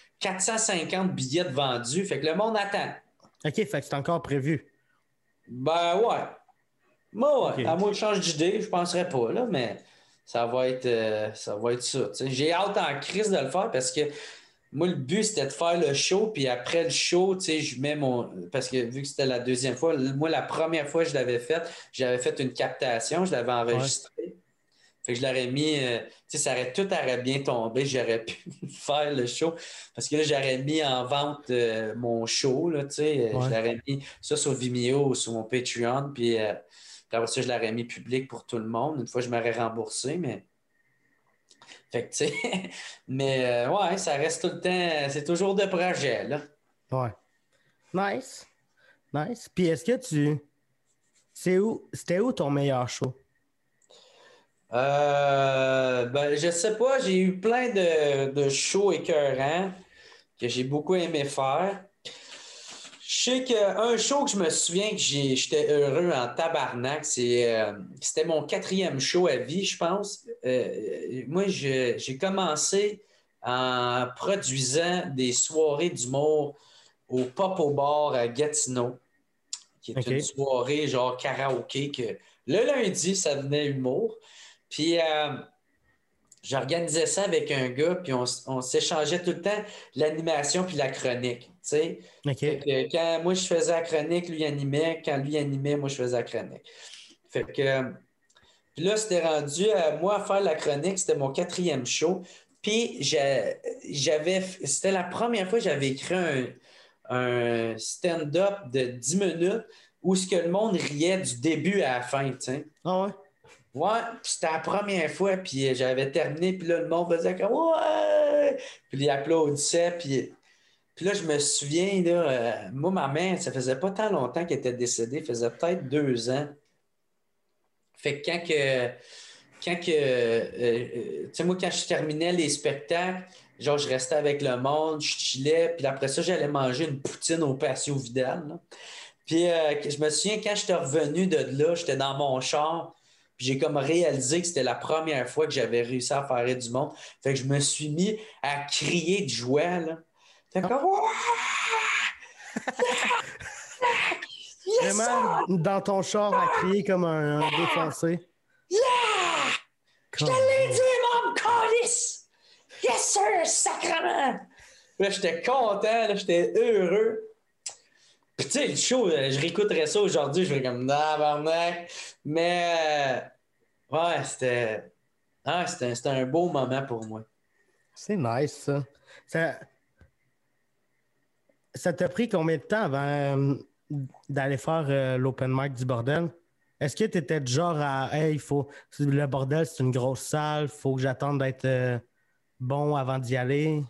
450 billets de vendus. Fait que le monde attend. OK, fait que c'est encore prévu. Ben ouais. Moi, ouais. Okay. À moins que je change d'idée, je ne penserais pas, là, mais ça va être ça. T'sais. J'ai hâte en crise de le faire parce que moi, le but, c'était de faire le show, puis après le show, tu sais, je mets parce que vu que c'était la deuxième fois, moi, la première fois que je l'avais fait, j'avais fait une captation, je l'avais enregistrée. Fait que je l'aurais mis, tu sais, tout aurait bien tombé, j'aurais pu faire le show. Parce que là, j'aurais mis en vente mon show, là, tu sais, je Ouais. l'aurais mis ça sur Vimeo ou sur mon Patreon, puis après ça, je l'aurais mis public pour tout le monde. Une fois, je m'aurais remboursé, mais. Fait que, tu sais, mais ouais, ça reste tout le temps, c'est toujours de projet, là. Ouais. Nice. Nice. Puis est-ce que c'était où ton meilleur show? Ben, je sais pas, j'ai eu plein de shows écœurants que j'ai beaucoup aimé faire. Je sais qu'un show que je me souviens que j'étais heureux en tabarnak, c'était mon 4e show à vie, je pense. Moi, j'ai commencé en produisant des soirées d'humour au Pop au Bar à Gatineau, qui est OK. une soirée genre karaoké que le lundi, ça venait humour. Puis j'organisais ça avec un gars, puis on s'échangeait tout le temps l'animation puis la chronique. Tu sais? Fait OK. que quand moi je faisais la chronique, lui animait. Quand lui animait, moi je faisais la chronique. Fait que puis là, c'était rendu à moi à faire la chronique, c'était mon 4e show. Puis c'était la première fois que j'avais écrit un stand-up de 10 minutes où ce que le monde riait du début à la fin, tu sais. Ah ouais? Ouais, puis c'était la première fois, puis j'avais terminé, puis là, le monde faisait comme «Ouais!» Puis il applaudissait, puis là, je me souviens, là, moi, ma mère, ça faisait pas tant longtemps qu'elle était décédée, ça faisait peut-être 2 ans. Fait que tu sais, moi, quand je terminais les spectacles, genre, je restais avec le monde, je chillais, puis après ça, j'allais manger une poutine au patio Vidal, là. Puis je me souviens, quand j'étais revenu de là, j'étais dans mon char, puis j'ai comme réalisé que c'était la première fois que j'avais réussi à faire rire du monde. Fait que je me suis mis à crier de joie, là. Fait comme Yes, Vraiment, sir! dans ton char à crier comme un défoncé. Yeah! Je te l'ai dit, mon calice! Yes, sir, sacrement! Là, j'étais content, là, j'étais heureux. Puis, tu sais, le show, je réécouterais ça aujourd'hui, je serais comme, tabarnak. Mais, ouais, c'était un beau moment pour moi. C'est nice, ça. Ça, ça t'a pris combien de temps avant d'aller faire l'open mic du bordel? Est-ce que tu étais du genre à Hey, le bordel, c'est une grosse salle, faut que j'attende d'être bon avant d'y aller?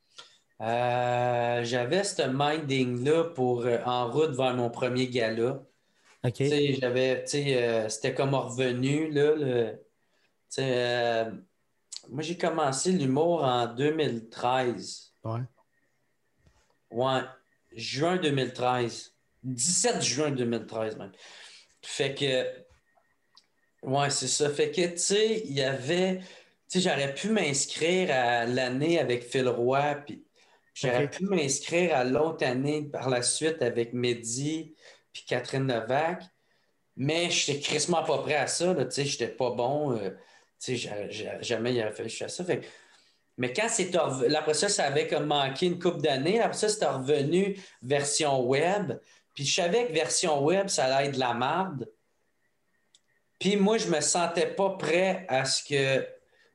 J'avais ce minding-là pour en route vers mon premier gala. OK. Tu sais, c'était comme revenu, là. Tu sais, moi, j'ai commencé l'humour en 2013. Ouais. Ouais, juin 2013. 17 juin 2013 même. Fait que, ouais, c'est ça. Fait que, tu sais, il y avait, tu sais, j'aurais pu m'inscrire à l'année avec Phil Roy, puis j'aurais OK. pu m'inscrire à l'autre année par la suite avec Mehdi puis Catherine Novak, mais j'étais crissement pas prêt à ça, là, tu sais, j'étais pas bon, tu sais, jamais il aurait fallu que je fasse ça. Fait que mais quand après ça, ça avait comme manqué une couple d'années. Après ça, c'était revenu version web. Puis je savais que version web, ça allait être de la merde. Puis moi, je me sentais pas prêt à ce que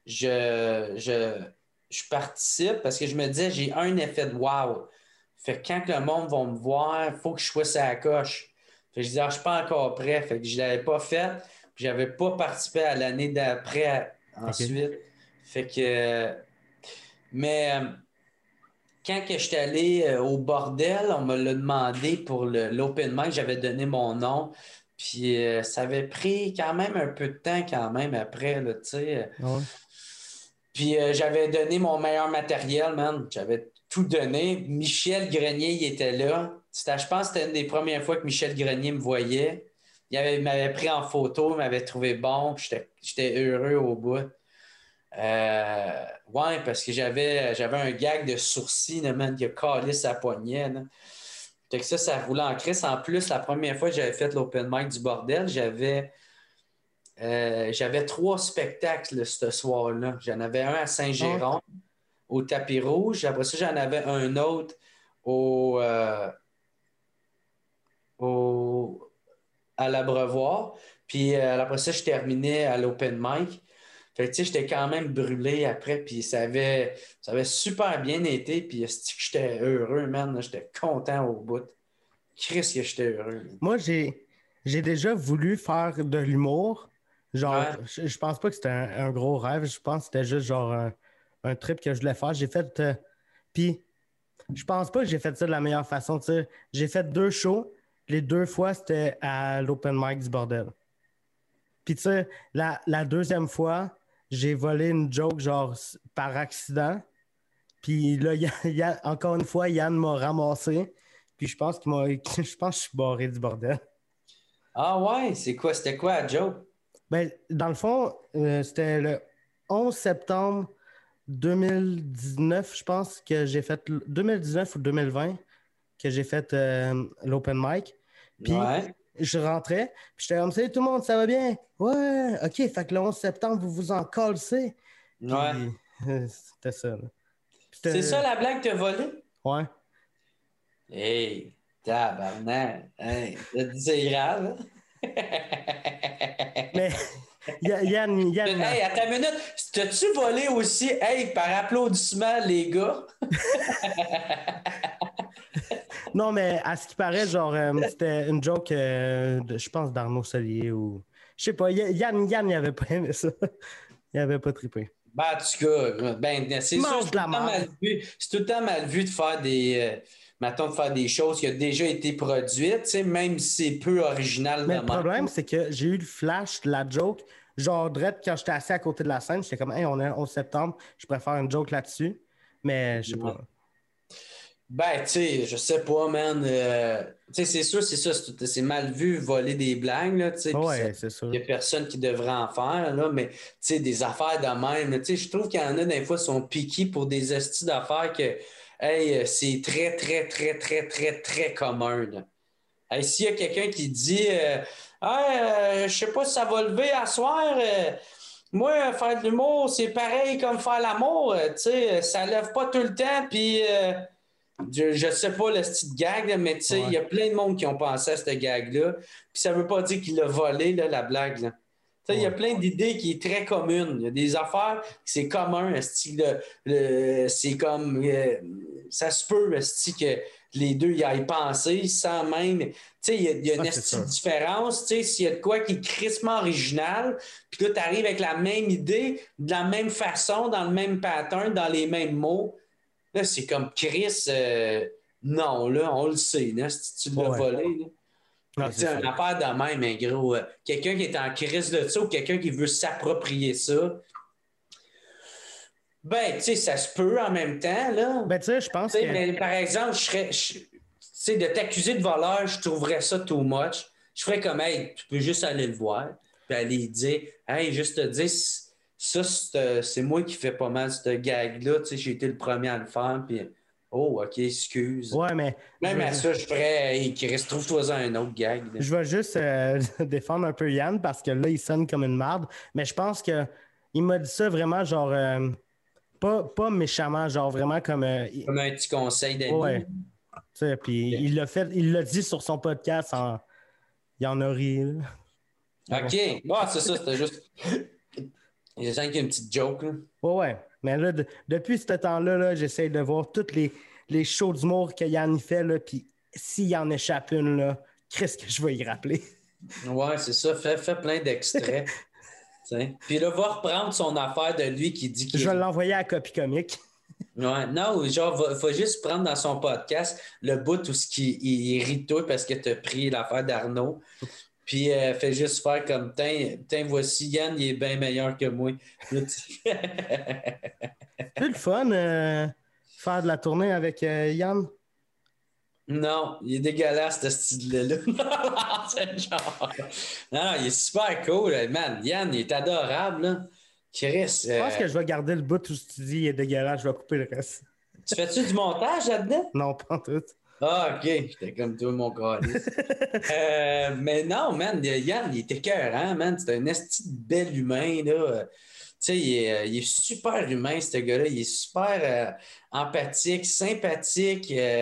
je participe parce que je me disais, j'ai un effet de wow. Fait que quand que le monde va me voir, il faut que je sois sur la coche. Fait que je disais, je suis pas encore prêt. Fait que je l'avais pas fait. Puis j'avais pas participé à l'année d'après OK. ensuite. Fait que... Mais quand que j'étais allé au bordel, on me l'a demandé pour l'open mic, j'avais donné mon nom. Puis ça avait pris quand même un peu de temps quand même après, là, tu sais. Ouais. Puis j'avais donné mon meilleur matériel, man. J'avais tout donné. Michel Grenier, il était là. Je pense que c'était une des premières fois que Michel Grenier me voyait. Il m'avait pris en photo, il m'avait trouvé bon. Puis j'étais heureux au bout. Ouais, parce que j'avais un gag de sourcil, là, man, qui a calé sa poignée. Là. Fait que ça roulait en crise. En plus, la première fois que j'avais fait l'open mic du bordel, j'avais 3 spectacles là, ce soir-là. J'en avais un à Saint-Géron, au Tapis Rouge. Après ça, j'en avais un autre à l'Abreuvoir. Puis après ça, je terminais à l'open mic. Fait que, tu sais, j'étais quand même brûlé après, puis ça avait super bien été, puis c'est que j'étais heureux, man. Là, j'étais content au bout. Christ que j'étais heureux. Man. Moi, j'ai déjà voulu faire de l'humour. Genre, Ouais. je pense pas que c'était un gros rêve. Je pense que c'était juste genre un trip que je voulais faire. J'ai fait. Puis, je pense pas que j'ai fait ça de la meilleure façon. Tu sais. J'ai fait 2 shows. Les 2 fois, c'était à l'open mic du bordel. Puis, tu sais, la deuxième fois, j'ai volé une joke, genre, par accident. Puis là, encore une fois, Yann m'a ramassé. Puis je pense qu'il m'a. Je pense que je suis barré du bordel. Ah ouais, c'était quoi, Joe? Ben, dans le fond, c'était le 11 septembre 2019, je pense, que j'ai fait 2019 ou 2020 que j'ai fait l'open mic. Puis Ouais. je rentrais, puis j'étais comme, salut tout le monde, ça va bien? Ouais, ok, fait que le 11 septembre, vous vous en collez. Ouais. Puis c'était ça. Là. C'est ça la blague que t'as volé? Ouais. Hey, tabarnak. Hey, t'as dit c'est grave, hein? Mais Yann, Hey, attends une minute. T'as-tu volé aussi, hey, par applaudissement, les gars? non, mais à ce qui paraît, genre, c'était une joke, je pense, d'Arnaud Solier ou. Je sais pas, Yann, il avait pas aimé ça. Il avait pas trippé. Ben, en tout cas, ben, c'est sûr, Mange c'est de la merde. tout le temps mal vu de faire mettons, de faire des choses qui ont déjà été produites, tu sais, même si c'est peu original de Mais le même. problème, c'est que j'ai eu le flash de la joke. Genre, direct, quand j'étais assis à côté de la scène, j'étais comme, hey, on est le 11 septembre, je préfère une joke là-dessus. Mais je sais pas. Ben, tu sais, je sais pas, man. Tu sais, c'est sûr, c'est ça. C'est mal vu voler des blagues, là, tu sais. Puis Ouais, c'est sûr. il y a personne qui devrait en faire, là. Mais, tu sais, des affaires de même, tu sais, je trouve qu'il y en a, des fois, qui sont piqués pour des hosties d'affaires que, hey, c'est très, très, très, très, très, très commun, là. Hey, s'il y a quelqu'un qui dit, hey, je sais pas si ça va lever à soir, moi, faire de l'humour, c'est pareil comme faire l'amour, tu sais, ça lève pas tout le temps, puis. Je sais pas le style gag, là, mais tu sais, il y a plein de monde qui ont pensé à cette gag-là. Puis ça veut pas dire qu'il a volé, là, la blague. Là. Tu sais, il y a plein d'idées qui est très communes. Il y a des affaires que c'est commun, c'est comme ça se peut, que les deux y aillent penser sans même. Tu sais, il y a une différence. Tu sais, s'il y a de quoi qui est crissement original, puis là, tu arrives avec la même idée, de la même façon, dans le même pattern, dans les mêmes mots. Là, c'est comme Chris, non, là, on le sait, là, si tu l'as volé. Là. Ah, C'est une affaire de même, hein, gros. Quelqu'un qui est en crise de ça ou quelqu'un qui veut s'approprier ça, ben, tu sais, ça se peut en même temps, là. Ben, tu sais, je pense que. Mais par exemple, tu sais, de t'accuser de voleur, je trouverais ça too much. Je ferais comme, hey, tu peux juste aller le voir, puis aller dire, hey, juste te dire, ça, c'est moi qui fais pas mal ce gag-là. Tu sais, j'ai été le premier à le faire. Puis, oh, OK, excuse. Ouais, mais. Même à ça, je ferais, hey, Chris, trouve-toi un autre gag. Là. Je vais juste défendre un peu Yann parce que là, il sonne comme une marde. Mais je pense que il m'a dit ça vraiment, genre. Pas méchamment, genre vraiment comme. Comme un petit conseil d'ami. Ouais. Tu sais, puis il l'a dit sur son podcast. Il en a ri. Là. OK. Bon, c'est ça, c'était juste. J'ai senti qu'il y a une petite joke. Là. Ouais. Mais là, depuis ce temps-là, là, j'essaie de voir toutes les shows d'humour que Yann y fait. Là, puis s'il en échappe une, là, qu'est-ce que je vais y rappeler? Ouais, c'est ça. Fais plein d'extraits. Puis là, va reprendre son affaire de lui qui dit qu'il. Je vais l'envoyer à Copy Comique. Ouais, non, genre, faut juste prendre dans son podcast le bout où il rit de toi parce que tu as pris l'affaire d'Arnaud. Puis fait juste faire comme tiens, voici Yann, il est bien meilleur que moi. C'est le fun faire de la tournée avec Yann. Non, il est dégueulasse, ce style-là. C'est genre... Non, il est super cool, man. Yann, il est adorable, là. Chris. Je pense que je vais garder le bout où tu dis il est dégueulasse, je vais couper le reste. Tu fais-tu du montage là-dedans? Non, pas en tout. Ah, OK. J'étais comme toi, mon gars. Mais non, man, Yann, il était écœurant, man. C'est un esti de bel humain, là. Tu sais, il est super humain, ce gars-là. Il est super empathique, sympathique.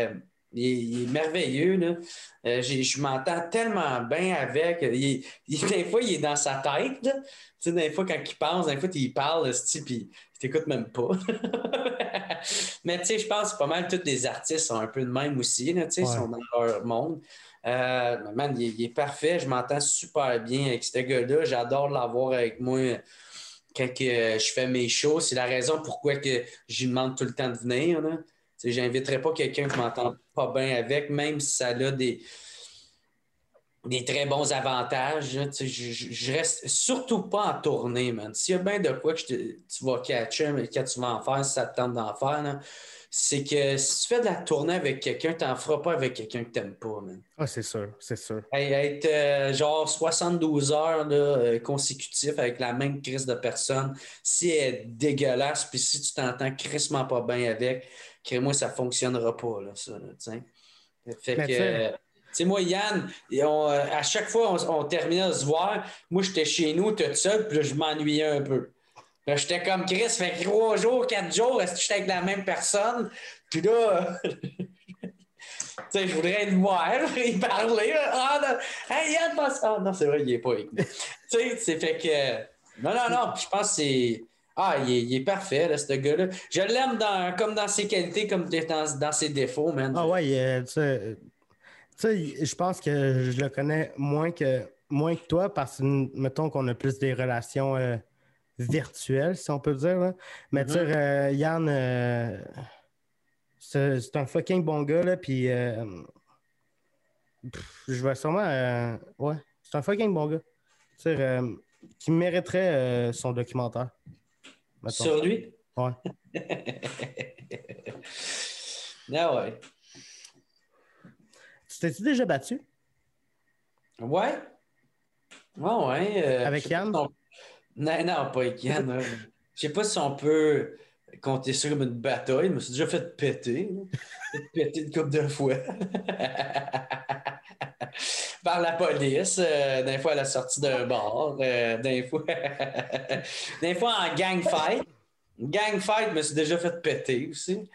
Il est merveilleux, là. Je m'entends tellement bien avec. Des fois, il est dans sa tête, là. Tu sais, des fois, quand il pense, des fois, il parle, puis il t'écoute même pas. Mais tu sais, je pense que pas mal tous les artistes sont un peu de même aussi, là, tu sais, ils sont dans leur monde. Man, il est parfait. Je m'entends super bien avec ce gars-là. J'adore l'avoir avec moi quand je fais mes shows. C'est la raison pourquoi que je lui demande tout le temps de venir, là. Je n'inviterai pas quelqu'un qui ne m'entend pas bien avec, même si ça a des très bons avantages. Je reste surtout pas en tournée, man. S'il y a bien de quoi que tu vas catcher, mais quand tu vas en faire, si ça te tente d'en faire, là, c'est que si tu fais de la tournée avec quelqu'un, tu n'en feras pas avec quelqu'un que tu n'aimes pas, man. Ah, c'est sûr, c'est sûr. Être genre 72 heures là, consécutives avec la même crise de personne, si elle est dégueulasse, puis si tu t'entends crissement pas bien avec, crée-moi, ça fonctionnera pas, là, ça, là, t'sais. Fait que, tu sais, moi, Yann, à chaque fois, on terminait de se voir, moi, j'étais chez nous, tout seul, puis là, je m'ennuyais un peu. Là, j'étais comme Chris, fait 3 jours, 4 jours, est-ce que j'étais avec la même personne? Puis là... Tu sais, je voudrais le voir, il parler. Ah, non. Hey, Yann, passe. Ah, non, c'est vrai, il est pas avec nous. Tu sais, c'est fait que. Non, je pense que c'est. Ah, il est parfait, là, ce gars-là. Je l'aime comme dans ses qualités, comme dans ses défauts, man. Ah, ouais, tu sais, je pense que je le connais moins que toi parce que, mettons qu'on a plus des relations virtuelles, si on peut dire. Là. Mais tu sais, Yann. C'est un fucking bon gars, là, puis je vais sûrement... ouais, c'est un fucking bon gars. Tu sais, qui mériterait son documentaire. Mettons. Sur lui? Ouais. Ah ouais. Tu t'es-tu déjà battu? Ouais. Ouais. Avec Yann? Non, pas avec Yann. Je sais pas si on peut compter ça comme une bataille. Je me suis déjà fait péter. Une couple de fois. Par la police, des fois à la sortie d'un bar, des fois en gang fight. Gang fight, je me suis déjà fait péter aussi.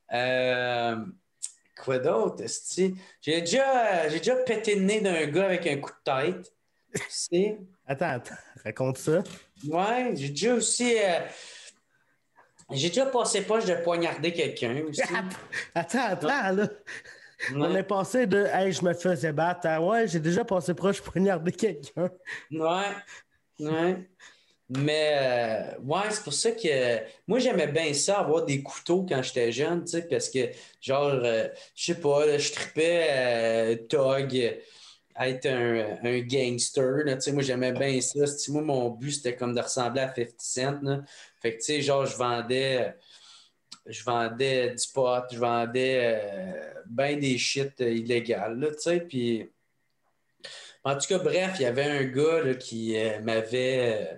Quoi d'autre? J'ai déjà pété le nez d'un gars avec un coup de tête. C'est... Attends, raconte ça. Ouais, j'ai déjà aussi... j'ai déjà passé poche de poignarder quelqu'un aussi. Attends, là. Ouais. On est passé de « Hey, je me faisais battre » à « Ouais, j'ai déjà passé proche de poignarder quelqu'un. » Ouais. Mais, ouais, c'est pour ça que moi, j'aimais bien ça, avoir des couteaux quand j'étais jeune, tu sais, parce que, genre, je sais pas, là, je tripais Tog, être un gangster, là, tu sais, moi, j'aimais bien ça. Moi, mon but, c'était comme de ressembler à 50 Cent, là. Fait que, tu sais, genre, je vendais du pot, je vendais ben des shit illégales, là, tu sais, puis... En tout cas, bref, il y avait un gars là, qui m'avait...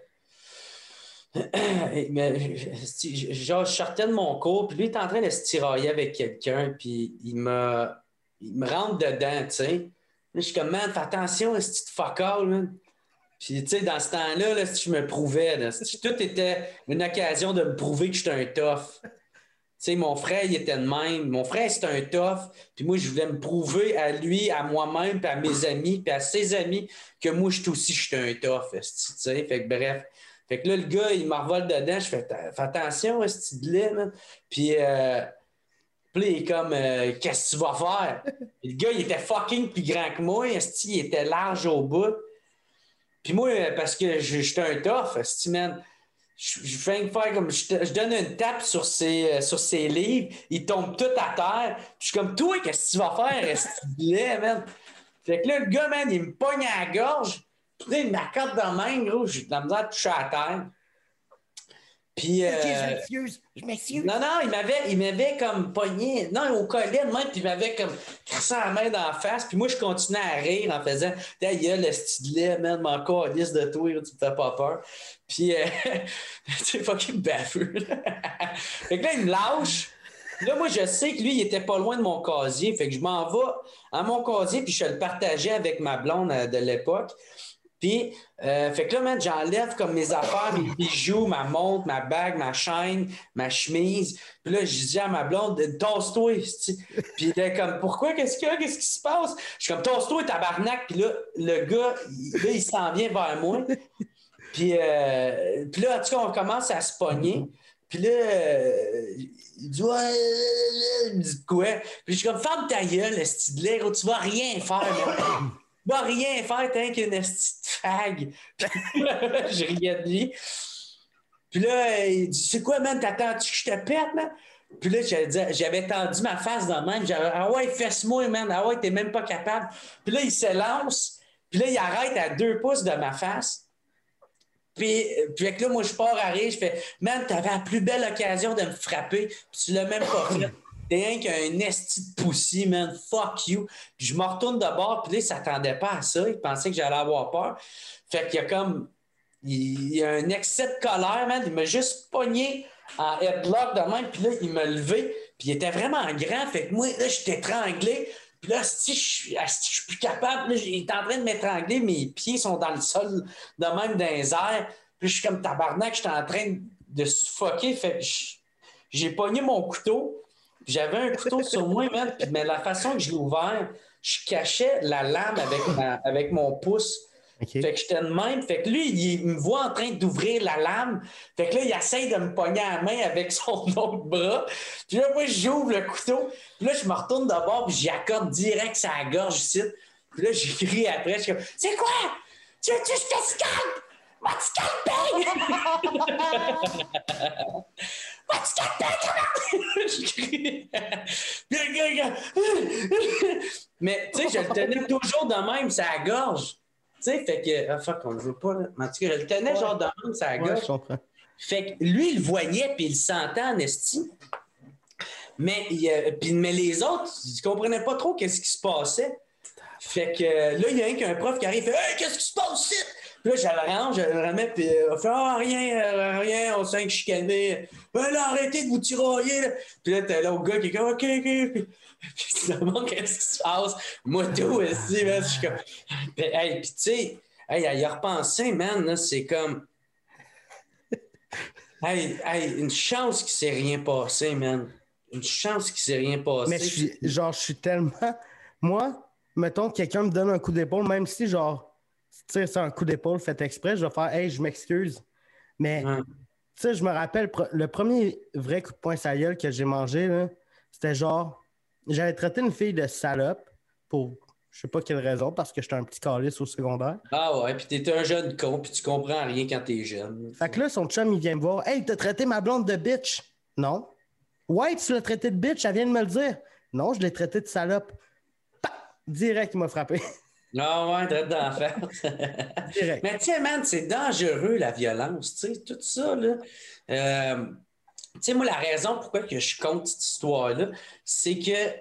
genre, je sortais de mon cours, puis lui, il était en train de se tirailler avec quelqu'un, puis il me rentre dedans, tu sais. Là, je suis comme, man, fais attention, ce petit fuck all, man. Puis, tu sais, dans ce temps-là, là, si je me prouvais, là, tout était une occasion de me prouver que j'étais un tough. Tu sais, mon frère, il était de même. Mon frère, c'était un tough. Puis moi, je voulais me prouver à lui, à moi-même, puis à mes amis, puis à ses amis, que moi, je suis un tough. Tu sais, fait que bref. Fait que là, le gars, il m'envole dedans. Je fais attention, ce petit là. Puis là, il est comme, qu'est-ce que tu vas faire? Puis le gars, il était fucking plus grand que moi. Il était large au bout. Puis moi, parce que j'étais un tough, man. Je fais faire comme je donne une tape sur ses livres, ils tombent tout à terre. Puis je suis comme, toi, qu'est-ce que tu vas faire, ce man? Fait que là, le gars, man, il me pogne à la gorge. Puis là, il m'accorde dans la main, gros. J'ai de la misère à toucher à la terre. Puis. Je m'excuse. Non, il m'avait comme pogné. Non, au collet de même, puis il m'avait comme crissé la main dans la face. Puis moi, je continuais à rire en faisant ta gueule, le stylet, man, mon calice de toi, tu me fais pas peur. Puis, c'est fucking baveux. Fait que là, il me lâche. Là, moi, je sais que lui, il était pas loin de mon casier. Fait que je m'en vais à mon casier, puis je le partageais avec ma blonde de l'époque. Puis, fait que là, man, j'enlève comme mes affaires, mes bijoux, ma montre, ma bague, ma chaîne, ma chemise. Puis là, je dis à ma blonde, tasse-toi. Puis elle est comme, pourquoi? Qu'est-ce qu'il y a? Qu'est-ce qui se passe? Je suis comme, tasse-toi, tabarnak. Puis là, le gars, il s'en vient vers moi. Puis là, en tout cas, on commence à se pogner. Puis là, il dit, ouais, il me dit quoi? Puis je suis comme, ferme ta gueule, esti de l'air, tu vas rien faire, là. Tu vas rien faire, t'es qu'une esti de fag. Puis là, je riais de lui. Puis là, il dit, c'est quoi, man, t'attends-tu que je te pète, man? Puis là, j'avais tendu ma face dans le même. J'avais, ah ouais, fesse-moi, man. Ah ouais, t'es même pas capable. Puis là, il se lance. Puis là, il arrête à 2 pouces de ma face. Puis avec là, moi, je pars à rire, je fais, man, t'avais la plus belle occasion de me frapper, puis tu l'as même pas fait. T'es rien qu'un esti de poussi, man, fuck you. Puis je me retourne de bord, puis là, il s'attendait pas à ça, il pensait que j'allais avoir peur. Fait qu'il y a comme, il y a un excès de colère, man, il m'a juste pogné en headlock de même, puis là, il m'a levé, puis il était vraiment grand, fait que moi, là, j'étais étranglé. Puis là, si je suis plus capable, là, il est en train de m'étrangler, mes pieds sont dans le sol, de même dans les airs. Puis je suis comme tabarnak, j'étais en train de suffoquer. Fait que j'ai pogné mon couteau. J'avais un couteau sur moi, man, mais la façon que je l'ai ouvert, je cachais la lame avec mon pouce. Okay. Fait que j'étais de même. Fait que lui, il me voit en train d'ouvrir la lame. Fait que là, il essaye de me pogner à la main avec son autre bras. Puis là, moi, j'ouvre le couteau. Puis là, je me retourne de bord, puis j'y accorde direct sur la gorge ici. Puis là, j'ai crié après. Je suis comme, c'est quoi? Tu veux que je te scalpe? Va te scalper! Va te scalper, je crie. Mais, tu sais, je le tenais toujours de même, sur la gorge. Tu sais, fait que. Ah, fuck, on le veut pas, là. Mais en tout cas, je le tenais genre de même, sur la gorge. Je comprends. Fait que lui, il le voyait, puis il le sentait en esti. Mais les autres, ils comprenaient pas trop qu'est-ce qui se passait. Fait que là, il y a qu'un prof qui arrive, fait hey, qu'est-ce qui se passe ici? Puis là, je le range, je le remets, puis on fait ah, rien, on sent que je suis calmé. Ben là, arrêtez de vous tirailler. Là. Puis là, t'as l'autre gars qui est comme OK. Puis finalement, qu'est-ce qui se passe? Moi, tout aussi, man, je suis comme. Puis tu sais, il a repensé, man, là, c'est comme. Une chance qu'il s'est rien passé, man. Une chance qu'il s'est rien passé. Mais je suis tellement. Moi, mettons que quelqu'un me donne un coup d'épaule, même si, genre, tu sais, c'est un coup d'épaule fait exprès, je vais faire hey, je m'excuse. Mais, tu sais, je me rappelle, le premier vrai coup de poing sa gueule que j'ai mangé, là, c'était genre, j'avais traité une fille de salope pour je sais pas quelle raison, parce que j'étais un petit calice au secondaire. Ah ouais, puis t'es un jeune con, puis tu comprends rien quand t'es jeune. Fait que là, son chum, il vient me voir. Hey, t'as traité ma blonde de bitch. Non. Ouais, tu l'as traité de bitch, elle vient de me le dire. Non, je l'ai traité de salope. Pah! Direct, il m'a frappé. Ah ouais, direct dans la face. Direct. Mais tiens, man, c'est dangereux, la violence, tu sais, tout ça, là. Tu sais, moi, la raison pourquoi que je compte cette histoire-là, c'est que...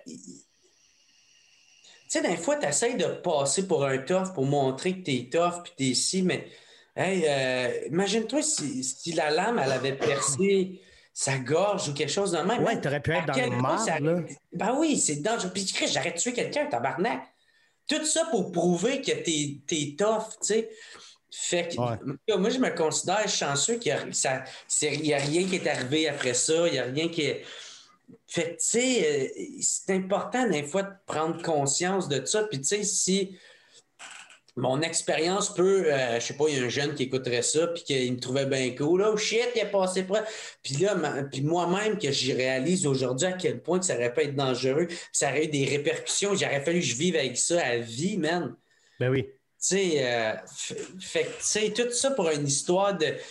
Tu sais, des fois, tu essaies de passer pour un tough pour montrer que t'es tough puis t'es ici, mais hey, imagine-toi si la lame, elle avait percé sa gorge ou quelque chose de même. Ouais, t'aurais pu être dans le marbre, là. Ben oui, c'est dangereux. Puis j'aurais tué quelqu'un, tabarnak. Tout ça pour prouver que t'es tough, tu sais. Fait que moi, je me considère chanceux qu'il n'y a rien qui est arrivé après ça. Il n'y a rien qui est... Fait que, tu sais, c'est important des fois de prendre conscience de ça. Puis, tu sais, si mon expérience peut, je sais pas, il y a un jeune qui écouterait ça, puis qu'il me trouvait bien cool. Oh shit, il est passé près. Puis là, puis moi-même, que j'y réalise aujourd'hui à quel point que ça aurait pu être dangereux, ça aurait eu des répercussions. J'aurais fallu que je vive avec ça à vie, man. Ben oui. Tu sais, fait que, tu sais, tout ça pour une histoire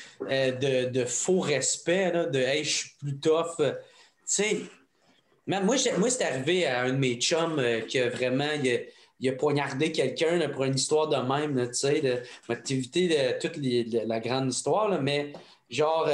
de faux respect, là, de hey, je suis plus tough. Tu sais, moi, c'est arrivé à un de mes chums que vraiment, il a poignardé quelqu'un là, pour une histoire de même, tu sais, de m'activité de toute la grande histoire, là, mais genre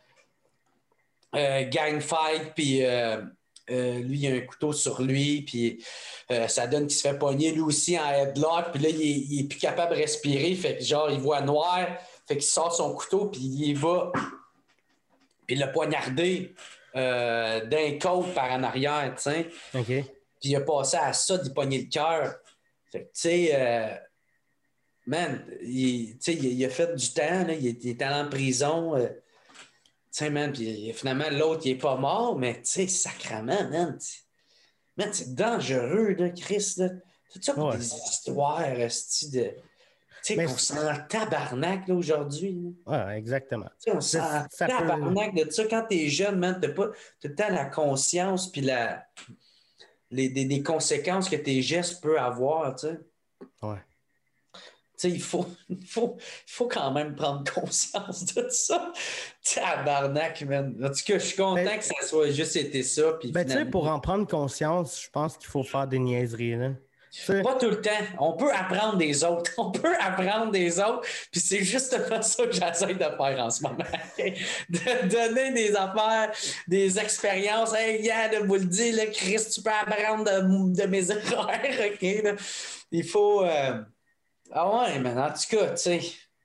gang fight, puis lui, il a un couteau sur lui, puis ça donne qu'il se fait pogner lui aussi en headlock, puis là, il est plus capable de respirer, fait que genre, il voit noir, fait qu'il sort son couteau, puis il y va, puis il l'a poignardé d'un côte par en arrière, tu sais. OK. Puis il a passé à ça d'y pogner le cœur. Fait que, tu sais, man, il a fait du temps, là, il est allé en prison. Tu sais, man, puis finalement, l'autre, il est pas mort, mais tu sais, sacrément, man, c'est dangereux, là, Chris, là. Tout ça pour des histoires, esti, de... Tu sais, qu'on s'en tabarnak, là, aujourd'hui. Oui, exactement. Tu sais, on s'en tabarnak de ça. Quand t'es jeune, man, t'as pas tout le temps la conscience puis des conséquences que tes gestes peuvent avoir, tu sais. Ouais. Tu sais, il faut quand même prendre conscience de ça. Tabarnak, man. En tout cas, je suis content que ça soit juste été ça. Puis tu sais, pour en prendre conscience, je pense qu'il faut faire des niaiseries, là. Pas tout le temps. On peut apprendre des autres. Puis c'est justement ça que j'essaie de faire en ce moment. De donner des affaires, des expériences. Hey, de vous le dire, là, Chris, tu peux apprendre de mes erreurs. OK? Là. Il faut... Ah ouais, mais en tout cas, tu sais...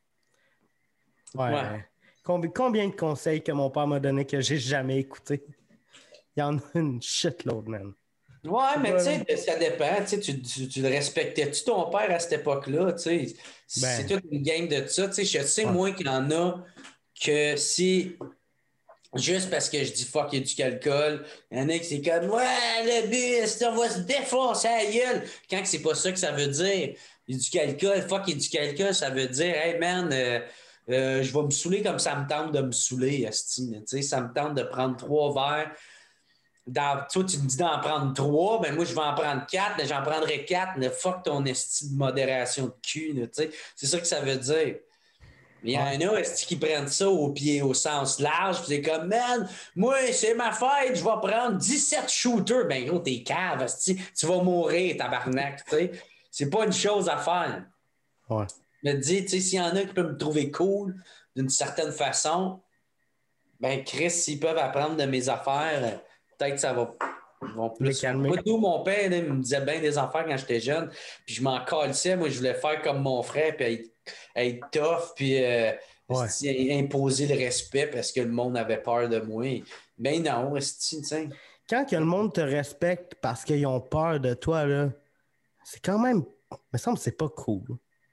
Ouais. Combien de conseils que mon père m'a donné que j'ai jamais écouté? Il y en a une shitload, man. Ouais, mais tu sais, ça dépend. Tu le respectais-tu ton père à cette époque-là? C'est toute une game de ça. Je sais, moi, qu'il y en a que si, juste parce que je dis fuck, il y a du alcool, il y en a qui c'est comme ouais, le bus, on va se défoncer à la gueule. Quand c'est pas ça que ça veut dire. Il y a du alcool, fuck, il y a du alcool, ça veut dire, hey man, je vais me saouler comme ça me tente de me saouler, esti. Ça me tente de prendre 3 verres. Toi, tu me dis d'en prendre 3, ben moi, je vais en prendre 4, mais j'en prendrai 4, mais fuck ton esti de modération de cul. Là, c'est ça que ça veut dire. Mais il y en a, esti, qui prennent ça au sens large, puis c'est comme, man, moi, c'est ma fête, je vais prendre 17 shooters. Ben gros, t'es cave, esti, tu vas mourir, tabarnak, tu sais. C'est pas une chose à faire. Ouais. Me dis, tu sais, s'il y en a qui peuvent me trouver cool d'une certaine façon, ben Chris, s'ils peuvent apprendre de mes affaires, peut-être que ça va vont plus calmer. Moi, d'où mon père là, il me disait bien des affaires quand j'étais jeune, puis je m'en calissais. Moi, je voulais faire comme mon frère, puis être tough, puis imposer le respect parce que le monde avait peur de moi. Mais non, tu sais. Quand que le monde te respecte parce qu'ils ont peur de toi, là, c'est quand même... Il me semble que c'est pas cool.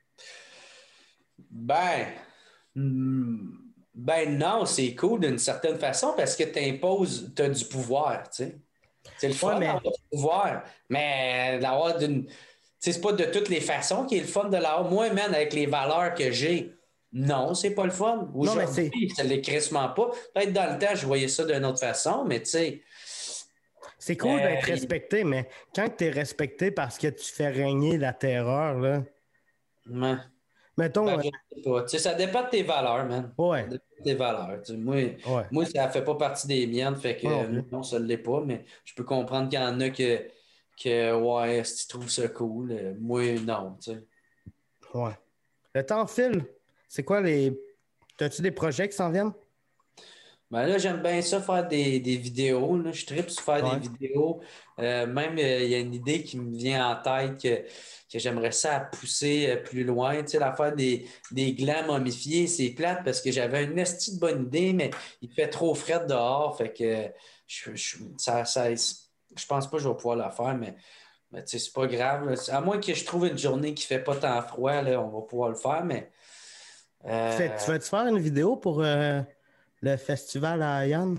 Ben non, c'est cool d'une certaine façon parce que tu as du pouvoir, tu sais. C'est le fun d'avoir du pouvoir, mais d'avoir d'une... Tu sais, c'est pas de toutes les façons qui est le fun de l'avoir. Moi, man, avec les valeurs que j'ai, non, c'est pas le fun. Aujourd'hui, ça l'est crissement pas. Peut-être dans le temps, je voyais ça d'une autre façon, mais tu sais... C'est cool d'être respecté, mais quand tu es respecté parce que tu fais régner la terreur, là... Ouais. Mettons... ça dépend de tes valeurs, man. Ouais. Ça dépend de tes valeurs. Moi, ça fait pas partie des miennes, fait que non, ça ne l'est pas, mais je peux comprendre qu'il y en a que si tu trouves ça cool, moi, non, tu sais. Ouais. Le temps file. C'est quoi T'as-tu des projets qui s'en viennent? Ben là, j'aime bien ça, faire des vidéos. Là. Je tripe sur faire des vidéos. Même, il y a une idée qui me vient en tête que j'aimerais ça pousser plus loin. Tu sais, l'affaire des glands momifiés, c'est plate parce que j'avais une esti de bonne idée, mais il fait trop frais dehors. Fait que je pense pas que je vais pouvoir la faire, mais tu sais, c'est pas grave. Là. À moins que je trouve une journée qui fait pas tant froid, là, on va pouvoir le faire, mais... Tu vas-tu faire une vidéo pour... le festival à Yann?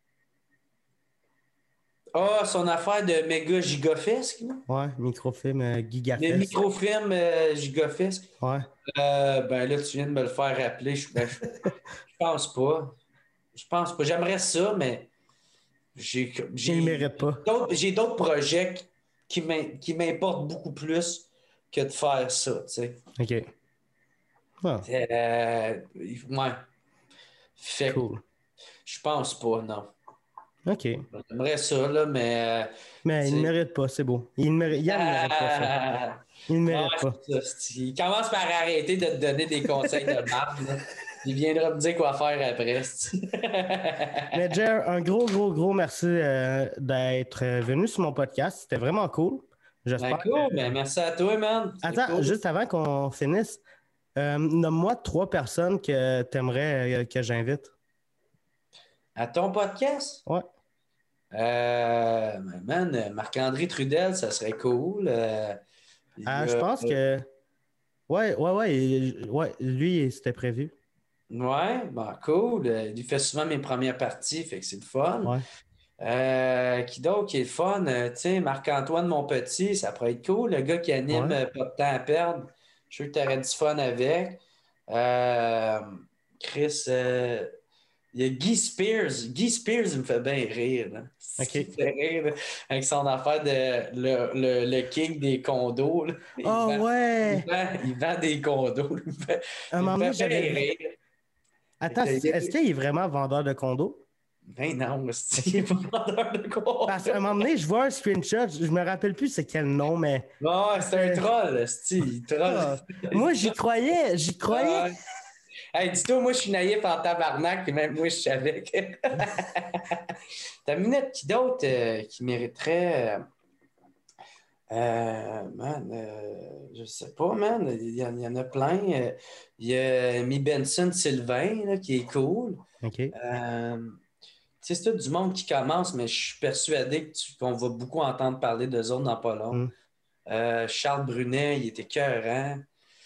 Son affaire de méga gigafesque? Ouais, microfilm gigafesque. Le microfilm gigafesque? Ouais. Ben là, tu viens de me le faire rappeler. Je pense pas. Je pense pas. J'aimerais ça, mais Je ne le mérite pas. J'ai d'autres projets qui m'importent beaucoup plus que de faire ça, tu sais. OK. Oh. Ouais. Fait cool. Je pense pas, non. OK. J'aimerais ça, là, mais... mais il ne mérite pas, c'est beau. Yann ne mérite pas ça. Il ne mérite pas. Il commence par arrêter de te donner des conseils de marde. Il viendra me dire quoi faire après. Mais Jer, un gros merci d'être venu sur mon podcast. C'était vraiment cool. J'espère. Cool, mais merci à toi, man. Attends, cool. Juste avant qu'on finisse, nomme-moi 3 personnes que tu aimerais que j'invite. À ton podcast? Ouais. Man, Marc-André Trudel, ça serait cool. Je pense que Ouais, lui, c'était prévu. Ouais, ben cool. Il fait souvent mes premières parties, fait que c'est le fun. Ouais. Qui d'autre qui est le fun? Tu sais, Marc-Antoine Monpetit, ça pourrait être cool. Le gars qui anime Ouais. Pas de temps à perdre. Je suis sûr que tu aurais du fun avec. Euh, Chris, il y a Guy Spears. Guy Spears, il me fait bien rire. Là. OK. Il me fait rire là, avec son affaire de le king des condos. Là. Oh, ouais! Il vend des condos. Un Il me moment fait donné, bien j'avais. rire. Attends, est-ce qu'il est vraiment vendeur de condos? Ben non, c'est pas vendeur de condos. Parce qu'à un moment donné, je vois un screenshot, je me rappelle plus c'est quel nom, mais. Non, c'est un troll, il troll. Moi, j'y croyais. Hey, dis-toi, moi, je suis naïf en tabarnak, et même moi, je savais que. T'as une minute qui d'autre qui mériterait. Je sais pas, man. Il y en a plein. Il y a Mi Benson Sylvain, là, qui est cool. OK. C'est tout du monde qui commence, mais je suis persuadé qu'on va beaucoup entendre parler d'eux autres dans pas long. Charles Brunet, il était écœurant.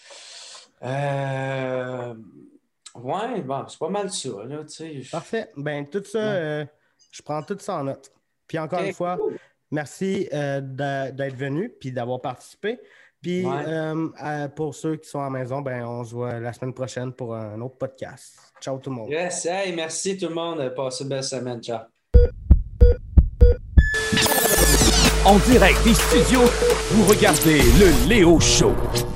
Ouais, bon, c'est pas mal ça, là, tu sais. Parfait. Ben, tout ça, je prends tout ça en note. Puis encore une fois, merci d'être venu puis d'avoir participé. Puis pour ceux qui sont à la maison, ben, on se voit la semaine prochaine pour un autre podcast. Ciao tout le monde. Yes, hey, merci tout le monde. Passez une belle semaine. Ciao. En direct des studios, vous regardez le Léo Show.